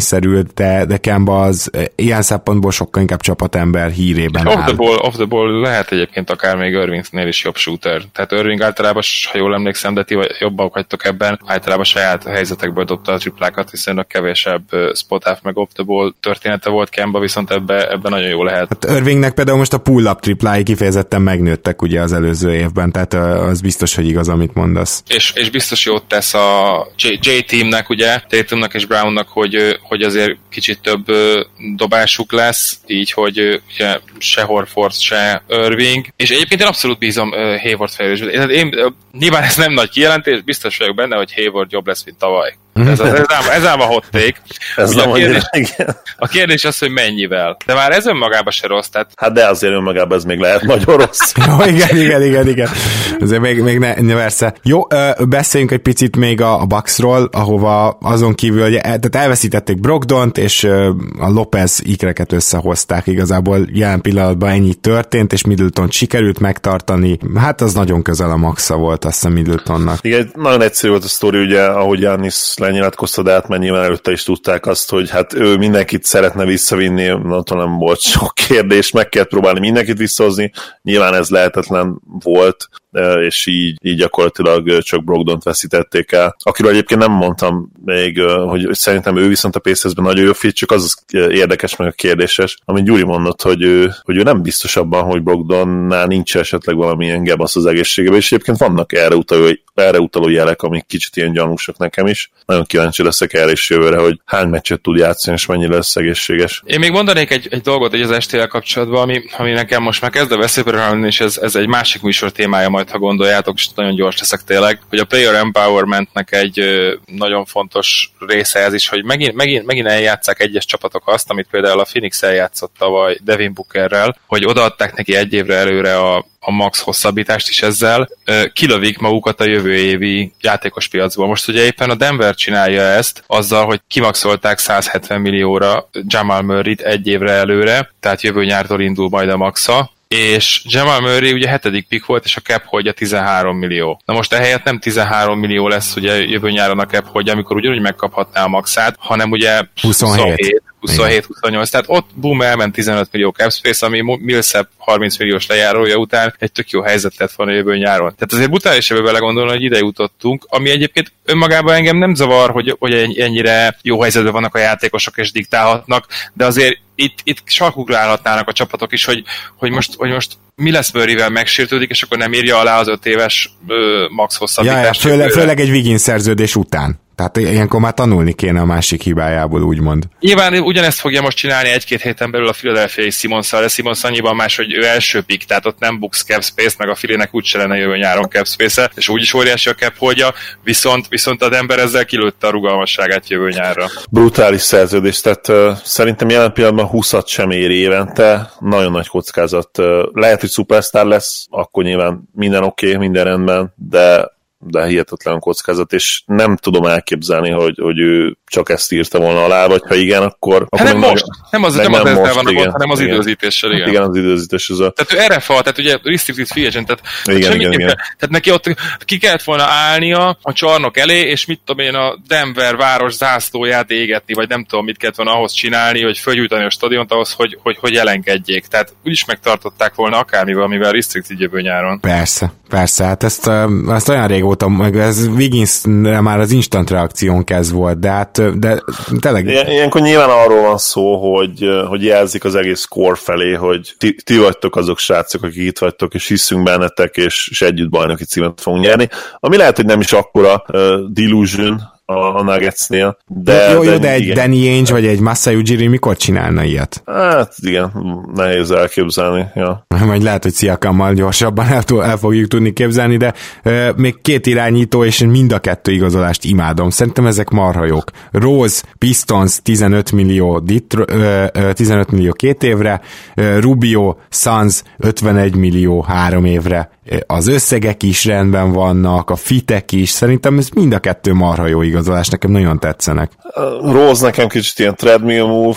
de, de Kemba az ilyen szempontból sokkal inkább csapatember hírében off áll. The ball, off the ball lehet egyébként akár még Irvingnél is jobb shooter. Tehát Irving általában, ha jól emlékszem, de ti jobban hagytok ebben, általában saját helyzetekből dobta a triplákat, hiszen a kevésebb spot half meg off the ball története volt, Kemba viszont ebben ebbe nagyon jó lehet. Hát Irvingnek például most a pull-up triplái kifejezetten megnőttek ugye az előző évben, tehát az biztos, hogy igaz, amit mondasz. És, és biztos jót tesz a J-teamnek, ugye, Tatumnak és Brownnak, hogy, hogy azért kicsit több dobásuk lesz, így, hogy ugye se Horford, se Irving, és egyébként én abszolút bízom Hayward fejlődésben. Én, nyilván ez nem nagy kijelentés, biztos vagyok benne, hogy Hayward jobb lesz, mint tavaly. Ez, az, ez, ám, ez ám a hot take. Ez a, kérdés, a kérdés az, hogy mennyivel. De már ez önmagában se rossz. Tehát... Hát de azért önmagában ez még lehet nagyon rossz. Jó, igen, igen, igen, igen. Azért még, még ne, ne persze. Jó, beszéljünk egy picit még a, a Bucksról, ahova azon kívül, hogy tehát elveszítették Brogdont, és a Lopez ikreket összehozták. Igazából jelen pillanatban ennyi történt, és Middletont sikerült megtartani. Hát az nagyon közel a maxa volt, azt hiszem Middletonnak. Igen, nagyon egyszerű volt a sztori, ugye, ahogy Giannis lenyilatkozta, de át nyilván előtte is tudták azt, hogy hát ő mindenkit szeretne visszavinni, na, nem volt sok kérdés, meg kellett próbálni mindenkit visszahozni, nyilván ez lehetetlen volt, és így, így gyakorlatilag csak Brogdont veszítették el. Akiről egyébként nem mondtam még, hogy szerintem ő viszont a Pacersben nagyon jó fit, csak az, az érdekes meg a kérdéses, amit Gyuri mondott, hogy ő, hogy ő nem biztos abban, hogy Brogdonnál nincs esetleg valamilyen gebasz az egészségében, és egyébként vannak erre utaló, erre utaló jelek, amik kicsit ilyen gyanúsak nekem is. Nagyon kíváncsi leszek erre is jövőre, hogy hány meccset tud játszani, és mennyire lesz egészséges. Én még mondanék egy, egy dolgot egy az es té el kapcsolatban, ami, ami nekem most már kezd a veszélybe rálni, és ez, ez egy másik műsor témája majd, ha gondoljátok, és nagyon gyors leszek tényleg, hogy a player empowermentnek egy ö, nagyon fontos része ez is, hogy megint, megint, megint eljátsszák egyes csapatok azt, amit például a Phoenix eljátszott tavaly Devin Bookerrel, hogy odaadták neki egy évre előre a a max hosszabbítást is ezzel, kilövik magukat a jövő évi játékos piacból. Most ugye éppen a Denver csinálja ezt azzal, hogy kimaxolták száz hetven millióra Jamal Murrayt egy évre előre, tehát jövő nyártól indul majd a maxa, és Jamal Murray ugye hetedik pick volt, és a cap holdja tizenhárom millió. Na most ehelyett nem tizenhárom millió lesz ugye jövő nyáron a cap holdja, amikor ugyanúgy megkaphatná a maxát, hanem ugye huszonhét huszonhét huszonnyolc, tehát ott boom, elment tizenöt millió cap space, ami Millsap harminc milliós lejárója után egy tök jó helyzet lett volna jövő nyáron. Tehát azért brutális ebbe belegondolni, hogy ide jutottunk, ami egyébként önmagában engem nem zavar, hogy, hogy ennyire jó helyzetben vannak a játékosok és diktálhatnak, de azért itt, itt sarkukra állhatnának a csapatok is, hogy, hogy, most, hogy most mi lesz Murrayvel megsértődik, és akkor nem írja alá az öt éves ö, max hosszabbítást. Ja, ja, főleg, főleg egy Wiggins szerződés után. Tehát ilyenkor már tanulni kéne a másik hibájából, úgymond. Nyilván ugyanezt fogja most csinálni egy-két héten belül a Philadelphia Simonsszal, de Simons annyiban más, hogy ő első pick, tehát ott nem books cap space, meg a Philének úgyse lenne jövő nyáron cap space-e, és úgyis óriási a cap holdja, viszont, viszont a Denver ezzel kilőtte a rugalmasságát jövő nyárra. Brutális szerződés, tehát uh, szerintem jelen pillanatban húszat sem ér évente, nagyon nagy kockázat. Uh, lehet, hogy szupersztár lesz, akkor nyilván minden oké, okay, minden rendben, de de hihetetlen kockázat, és nem tudom elképzelni, hogy, hogy ő csak ezt írta volna alá, vagy ha igen, akkor... Hát akkor nem most, nem az, nem az ezzel vannak ott, hanem az igen. időzítéssel, igen. Hát igen, az időzítés. Az a... Tehát ő erre fal, tehát ugye restricted free agent, tehát, igen, tehát, igen, igen. tehát neki ott ki kellett volna állnia a csarnok elé, és mit tudom én, a Denver város zászlóját égetni, vagy nem tudom, mit kellett volna ahhoz csinálni, hogy fölgyújtani a stadiont ahhoz, hogy, hogy, hogy elengedjék. Tehát úgyis megtartották volna akármivel, amivel restricted jövő nyáron. Persze, persze, hát ezt, ezt olyan régóta, meg ez Wigginsre már az instant reakción kezd volt, de hát de tényleg... Ilyenkor nyilván arról van szó, hogy, hogy jelzik az egész core felé, hogy ti, ti vagytok azok srácok, akik itt vagytok, és hiszünk bennetek, és, és együtt bajnoki címet fogunk nyerni. Ami lehet, hogy nem is akkora uh, delusion a Nuggetsnél, de... Jó, jó, de, de egy igen. Danny Ainge vagy egy Masai Ujiri mikor csinálna ilyet? Hát igen, nehéz elképzelni, ja. Majd lehet, hogy Sziakammal gyorsabban el, el fogjuk tudni képzelni, de euh, még két irányító, és mind a kettő igazolást imádom. Szerintem ezek marha jók. Rose, Pistons tizenöt millió, Ditro, euh, tizenöt millió két évre, euh, Rubio, Suns ötvenegy millió három évre. Az összegek is rendben vannak, a fitek is, szerintem ez mind a kettő marha jó igazolás, nekem nagyon tetszenek. Rose nekem kicsit ilyen treadmill move,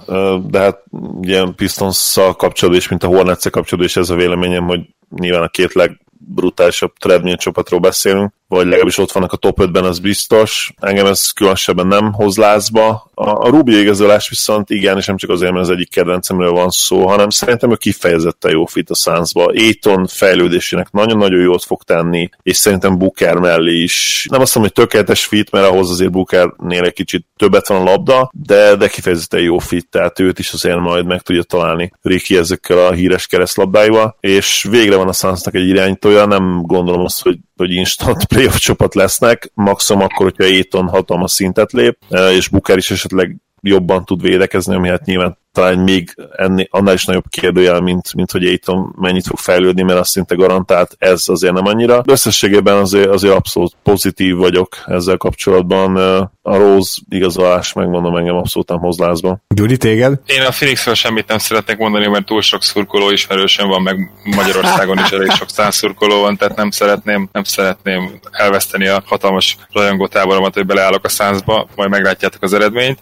de hát ilyen Pistons-szal kapcsolatban is, mint a Hornets-szal kapcsolatban is ez a véleményem, hogy nyilván a két legbrutálisabb treadmill csapatról beszélünk, vagy legalábbis ott vannak a top ötben, az biztos. Engem ez különösebben nem hoz lázba. A, a Rubio igazolás viszont igen, és nem csak azért, mert az egyik kedvencemről van szó, hanem szerintem ő kifejezetten jó fit a Sunsba. Ayton fejlődésének nagyon-nagyon jót fog tenni, és szerintem Booker mellé is. Nem azt mondom, hogy tökéletes fit, mert ahhoz azért Bookernél egy kicsit többet van a labda, de, de kifejezetten jó fit, tehát őt is azért majd meg tudja találni Ricky ezekkel a híres keresztlabdáival, és végre van a Sunsnak egy irányítója, nem gondolom azt, hogy hogy instant playoff csapat lesznek, maximum akkor, hogyha Ayton hatalmas szintet lép, és Booker is esetleg jobban tud védekezni, ami hát nyilván talán még ennél, annál is nagyobb kérdőjel, mint, mint hogy Ayton mennyit fog fejlődni, mert azt szinte garantált, ez azért nem annyira. De összességében azért, azért abszolút pozitív vagyok ezzel kapcsolatban. A Rose igazolás, megmondom, engem abszolút nem hoz lázba. Gyuri, téged? Én a Phoenixről semmit nem szeretnék mondani, mert túl sok szurkoló ismerősen van, meg Magyarországon is elég sok száz szurkoló van, tehát nem szeretném, nem szeretném elveszteni a hatalmas rajongótáboromat, hogy beleállok a Sunsba, majd meglátjátok az eredményt.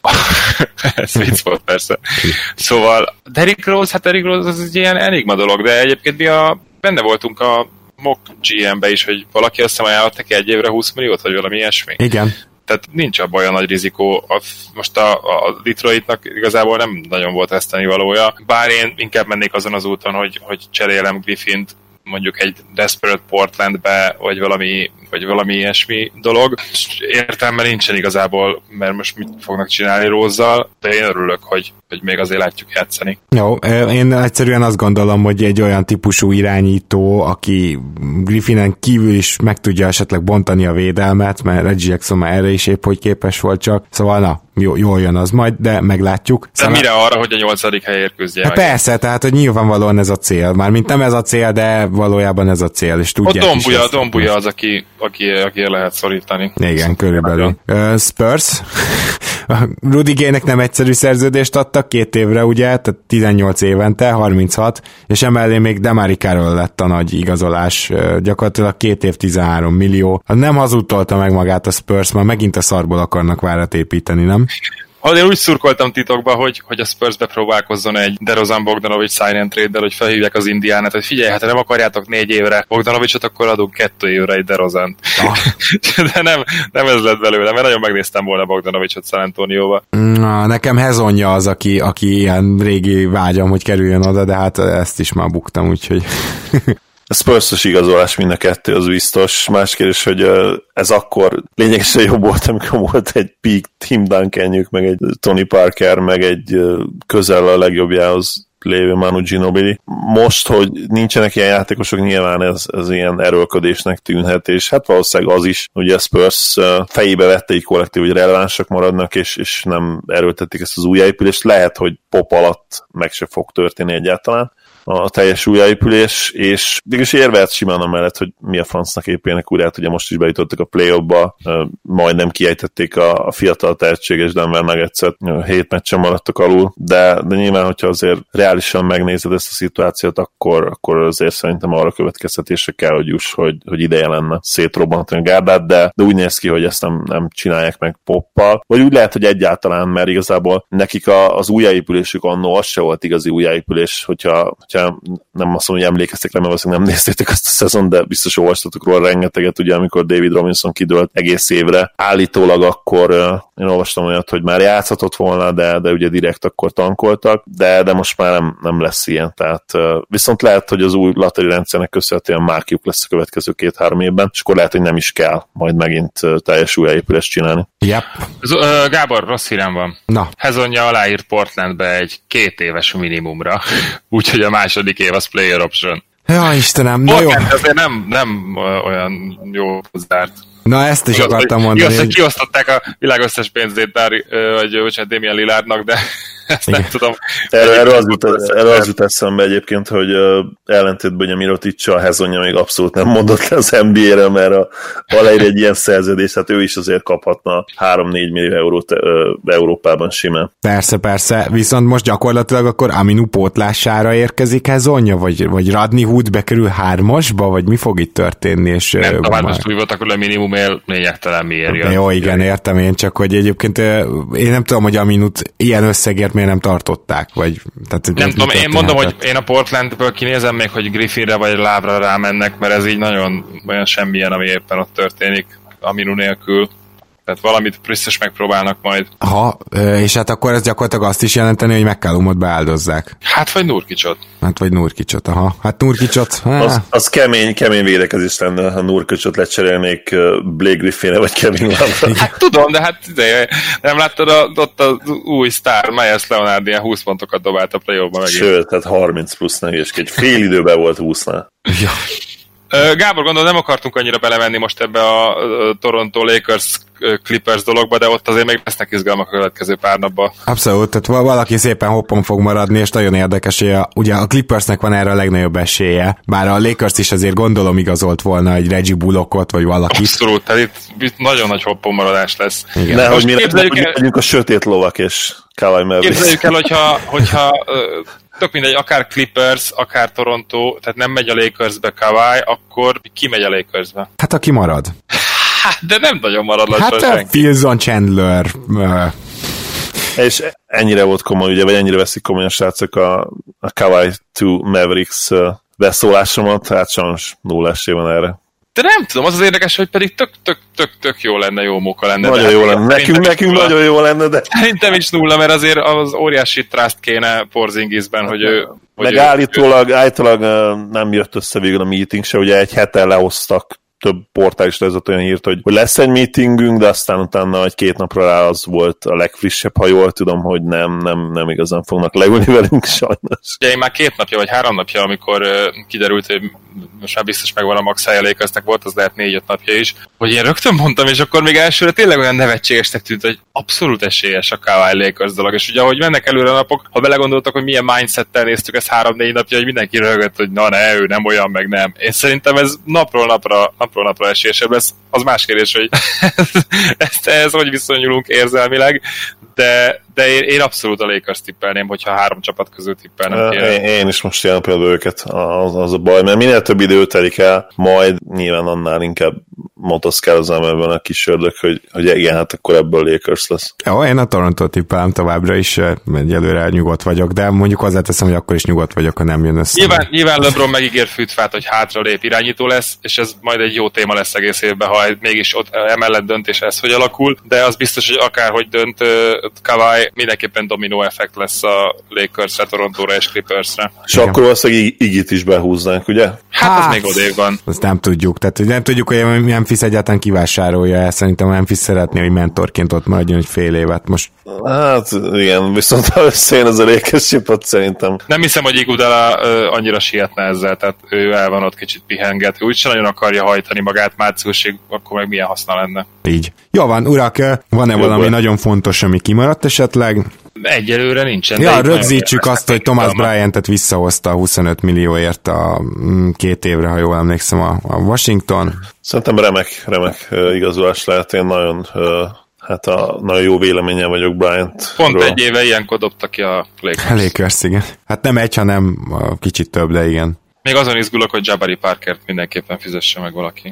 Ez vicc volt persze. Szóval Derrick Rose, hát Derrick Rose az egy ilyen enigma dolog, de egyébként mi a, benne voltunk a mock gé em-be is, hogy valaki azt hiszem ajánlott neki egy évre húsz milliót, vagy valami ilyesmi. Igen. Tehát nincs abban olyan nagy rizikó. A, most a, a Detroitnak igazából nem nagyon volt veszteni valója, bár én inkább mennék azon az úton, hogy, hogy cserélem Griffint mondjuk egy Desperate Portlandbe, vagy valami, vagy valami ilyesmi dolog. Értelme nincsen igazából, mert most mit fognak csinálni Rózzal, de én örülök, hogy, hogy még azért látjuk játszani. Jó, én egyszerűen azt gondolom, hogy egy olyan típusú irányító, aki Griffinen kívül is meg tudja esetleg bontani a védelmet, mert Reggie Jackson már erre is épp hogy képes volt csak, szóval na, jó, jól jön az majd, de meglátjuk. De szóval mire arra, hogy a nyolcadik helyért küzdje meg? Persze, tehát, hogy nyilvánvalóan ez a cél. Mármint nem ez a cél, de valójában ez a cél, és tudják a Dombuja, is. A Dombuja az, aki, aki, aki lehet szorítani. Igen, körülbelül. Uh, Spurs. Rudy Gaynek nem egyszerű szerződést adtak, két évre ugye, tehát tizennyolc évente, harminchat, és emellé még Demari Carroll lett a nagy igazolás, gyakorlatilag két év tizenhárom millió. Nem hazudtolta meg magát a Spurs, már megint a szarból akarnak várat építeni, nem? Én úgy szurkoltam titokba, hogy, hogy a Spurs bepróbálkozzon egy DeRozan Bogdanovic sign and trade-del, hogy felhívják az Indiánát, hogy figyelj, hát ha nem akarjátok négy évre Bogdanovicot, akkor adunk kettő évre egy DeRozant. Ah. De nem, nem ez lett belőle, mert nagyon megnéztem volna Bogdanovicot San Antonióba. Na, nekem Hezonja az, aki, aki ilyen régi vágyam, hogy kerüljön oda, de hát ezt is már buktam, úgyhogy... A Spurs-os igazolás mind a kettő, az biztos. Más kérdés, hogy ez akkor lényegesen jobb volt, amikor volt egy peak Tim Duncanjük, meg egy Tony Parker, meg egy közel a legjobbjához lévő Manu Ginobili. Most, hogy nincsenek ilyen játékosok, nyilván ez, ez ilyen erőlködésnek tűnhet, és hát valószínűleg az is, hogy a Spurs fejébe vette egy kollektív, hogy relevánsak maradnak, és, és nem erőltetik ezt az újjáépülést. Lehet, hogy pop alatt meg se fog történni egyáltalán a teljes újjáépülés, és mégis érvehet simán amellett, hogy mi a francnak épülnek újra, hát ugye most is bejutottak a play-offba, majdnem kiejtették a, a fiatal tehetséges Denver Nuggets-et, hét meccsen maradtak alul, de, de nyilván, hogyha azért reálisan megnézed ezt a szituációt, akkor, akkor azért szerintem arra következtetésre kell, hogy juss, hogy, hogy ideje lenne szétrobbantani a gárdát, de, de úgy néz ki, hogy ezt nem, nem csinálják meg poppal, vagy úgy lehet, hogy egyáltalán, mert igazából nekik a, az újjáépülésük annó az se volt igazi újjáépülés, hogyha, hogyha nem azt mondom, hogy emlékeztek rá, mert valószínűleg nem néztétek azt a szezon, de biztos olvastatok róla rengeteget, ugye, amikor David Robinson kidőlt egész évre. Állítólag akkor uh, én olvastam olyat, hogy már játszhatott volna, de, de ugye direkt akkor tankoltak, de, de most már nem, nem lesz ilyen. Tehát uh, viszont lehet, hogy az új lateri rendszernek köszönhetően márkjuk lesz a következő két-három évben, és akkor lehet, hogy nem is kell majd megint uh, teljes újjáépülést csinálni. Yep. Z- uh, Gábor, rossz hírem van. Na. Hezonja aláírt Portlandbe egy két éves minimumra, úgyhogy a második év az player option. Ja, Istenem, na jó. Ezért nem, nem olyan jó zárt. Na, ezt is igaz, akartam mondani. Igaz, hogy kiosztották a világ összes pénzét Dári, vagy bocsánat, Damian Lillardnak, de ezt nem tudom. Erről, erről, az jut, erről az jut eszembe egyébként, hogy uh, ellentétben, hogy a Mirotics a Hezonja még abszolút nem mondott le az en bé á-re, mert a, aláír egy ilyen szerződés, hát ő is azért kaphatna három-négy millió eurót uh, Európában simán. Persze, persze, viszont most gyakorlatilag akkor Aminu pótlására érkezik Hezonja, vagy, vagy Rodney Hood bekerül hármasba, vagy mi fog itt történni? És, nem, uh, tovább most úgy voltak, hogy a minimum él lényegtelen miért jön. Jó, igen, értem én, csak hogy egyébként én nem tudom, hogy Aminut ilyen összegért miért nem tartották, vagy... Tehát, nem tudom, én mondom, hogy én a Portlandből kinézem még, hogy Griffinre vagy Lávra rámennek, mert ez így nagyon olyan semmilyen, ami éppen ott történik, Aminu nélkül. Tehát valamit biztos megpróbálnak majd. Aha, és hát akkor ez gyakorlatilag azt is jelenteni, hogy McCallumot beáldozzák. Hát vagy Nurkicsot. Hát vagy Nurkicsot, aha. Hát Nurkicsot... Az, az kemény, kemény védekezés lenne, ha Nurkicsot lecserélnék Blake Griffinre, vagy Kevin Love-ra. Hát tudom, de hát de, nem láttad a, ott az új sztár, Myers Leonard ilyen húsz pontokat dobált a play-offba megint. Sőt, hát harminc plusz nehézkedj. Fél időben volt húsznál. Ja. Gábor, gondolom, nem akartunk annyira belemenni most ebbe a Toronto Lakers Clippers dologba, de ott azért még lesznek izgalmak a következő pár napban. Abszolút, tehát valaki szépen hoppon fog maradni, és nagyon érdekes, hogy a, ugye a Clippersnek van erre a legnagyobb esélye, bár a Lakers is azért gondolom igazolt volna egy Reggie Bullockot, vagy valakit. Abszolút, tehát itt, itt nagyon nagy hoppon maradás lesz. Igen. Ne, hogy mi legyünk a sötét lovak, és Kawhi Mavericks. Képzeljük el, hogyha, hogyha tök mindegy, akár Clippers, akár Toronto, tehát nem megy a Lakersbe Kawhi, akkor ki megy a Lakersbe? Hát aki marad. Hát, de nem nagyon marad lassan hát senki. Filzon, Chandler. Uh... És ennyire volt komoly, ugye, vagy ennyire veszik komolyan a srácok a, a Kawhi to Mavericks beszólásomat, hát sajnos nulla esély van erre. De nem tudom, az az érdekes, hogy pedig tök, tök, tök, tök jó lenne, jó móka lenne. Nagyon jó lenne, nekünk, nekünk nagyon jó lenne, de... Szerintem is nulla, mert azért az óriási trust kéne Porzingisben, hogy ő... Meg hogy állítólag, ő... állítólag nem jött össze végül a meeting se, ugye egy hete lehoztak, több portál is lehozott olyan hírt, hogy, hogy lesz egy meetingünk, de aztán utána egy-két napra rá az volt a legfrissebb, ha jól tudom, hogy nem, nem, nem igazán fognak leülni velünk sajnos. Ugye én már két napja vagy három napja, amikor uh, kiderült, hogy most már biztos megvan a Max Lakers-nek, volt az lehet négy-öt napja is, hogy én rögtön mondtam, és akkor még elsőre tényleg olyan nevetségesnek tűnt, hogy abszolút esélyes a Kawhi Lakers dolog, és ugye ahogy mennek előre a napok, ha belegondoltak, hogy milyen mindsettel néztük ezt három-négy napja, hogy mindenki röhögött, hogy na ne, ő nem olyan, meg nem. Én szerintem ez napról napra, napról napra esélyesebb lesz. Az más kérdés, hogy ezt, ehhez hogy viszonyulunk érzelmileg, de, de én, én abszolút a Lakers tippelném, hogyha három csapat közül tippelnem kéne. Én, én is most jelen például őket, az, az a baj, mert minél több idő telik el, majd nyilván annál inkább motoszkál az emelben a kis ördög, hogy, hogy igen, hát akkor ebből Lakers lesz. Jó, én a Toronto tippelem továbbra is, egyelőre nyugodt vagyok, de mondjuk hozzáteszem, hogy akkor is nyugodt vagyok, ha nem jön össze. Nyilván, nyilván LeBron megígér fűtfát, hogy hátralép irányító lesz, és ez majd egy jó téma lesz egész évben, ha mégis ott emellett döntés ez, hogy alakul, de az biztos, hogy akárhogy dönt Kawhi, mindenképpen dominó effekt lesz a Lakersre, Torontóra és Clippersre. És igen. Akkor valószínűleg Igit is behúznánk, ugye? Hát, hát az még odébb van. Azt nem tudjuk, tehát nem tudjuk, hogy Memphis egyáltalán kivásárolja el, szerintem Memphis szeretné, hogy mentorként ott maradjon egy fél évet most. Hát igen, viszont ha összejön az a Lakers csapat, szerintem. Nem hiszem, hogy Iguodala uh, annyira sietne ezzel, tehát ő el van ott kicsit pihenget, ő úgyse nagyon akarja hajtani magát márciusig, akkor meg milyen haszna lenne. Így. Jó van, urak, van-e Jó valami van. Nagyon fontos, ami kimaradt esetleg? Egyelőre nincsen. Ja, rögzítsük azt, hogy Thomas Bryantet visszahozta huszonöt millióért a két évre, ha jól emlékszem, a, a Washington. Szerintem remek, remek igazolás lehet, én nagyon... Hát a nagyon jó véleményen vagyok Bryant. Pont egy éve ilyenkor dobta ki a Lakers. Lakers, igen. Hát nem egy, hanem kicsit több, de igen. Még azon izgulok, hogy Jabari Parkert mindenképpen fizesse meg valaki.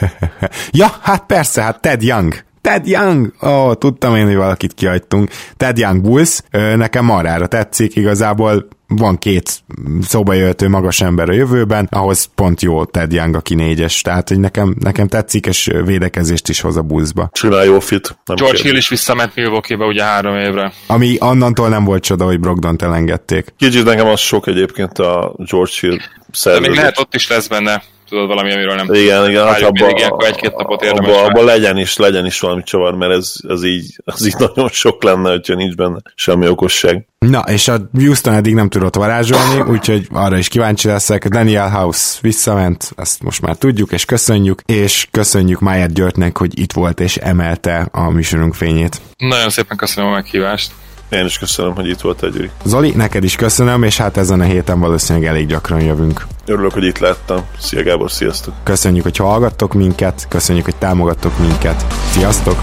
Ja, hát persze, hát Ted Young. Ted Young! Ó, oh, tudtam én, hogy valakit kihagytunk. Ted Young Bulls, nekem marrára tetszik, igazából van két szóba jöhető magas ember a jövőben, ahhoz pont jó Ted Young, aki négyes, tehát hogy nekem, nekem tetszik, és védekezést is hoz a Bullsba. Csinál jó fit. Nem George kérdez. Hill is visszament Milwaukee-be ugye három évre. Ami annantól nem volt csoda, hogy Brogdont elengedték. Kicsit nekem az sok egyébként a George Hill szervezés. De még lehet ott is lesz benne. Tudod, valami, amiről nem igen, igen, hát abba, egy-két napot érdemes. Abba, abba legyen, is, legyen is valami csavar, mert ez, ez így, az így nagyon sok lenne, hogyha nincs benne semmi okosság. Na, és a Houston eddig nem tudott varázsolni, úgyhogy arra is kíváncsi leszek. Daniel House visszament, ezt most már tudjuk, és köszönjük, és köszönjük Máját Györgynek, hogy itt volt, és emelte a műsorunk fényét. Nagyon szépen köszönöm a meghívást. Én is köszönöm, hogy itt voltál, Gyuri. Zoli, neked is köszönöm, és hát ezen a héten valószínűleg elég gyakran jövünk. Örülök, hogy itt láttam. Szia Gábor, sziasztok! Köszönjük, hogy hallgattok minket, köszönjük, hogy támogattok minket. Sziasztok!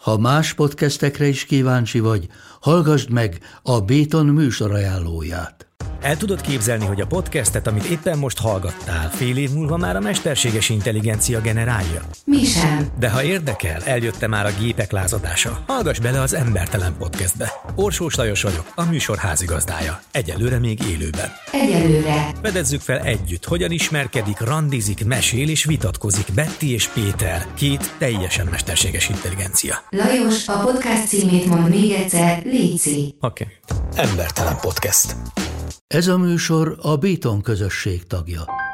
Ha más podcastekre is kíváncsi vagy, hallgassd meg a Béton műsor ajánlóját. El tudod képzelni, hogy a podcastet, amit éppen most hallgattál, fél év múlva már a mesterséges intelligencia generálja? Mi sem. De ha érdekel, eljött már a gépek lázadása. Hallgass bele az Embertelen Podcastbe. Orsós Lajos vagyok, a műsor házigazdája. Egyelőre még élőben. Egyelőre. Fedezzük fel együtt, hogyan ismerkedik, randizik, mesél és vitatkozik Betty és Péter, két teljesen mesterséges intelligencia. Lajos, a podcast címét mond még egyszer, léci. Oké. Okay. Embertelen Podcast. Ez a műsor a Béton közösség tagja.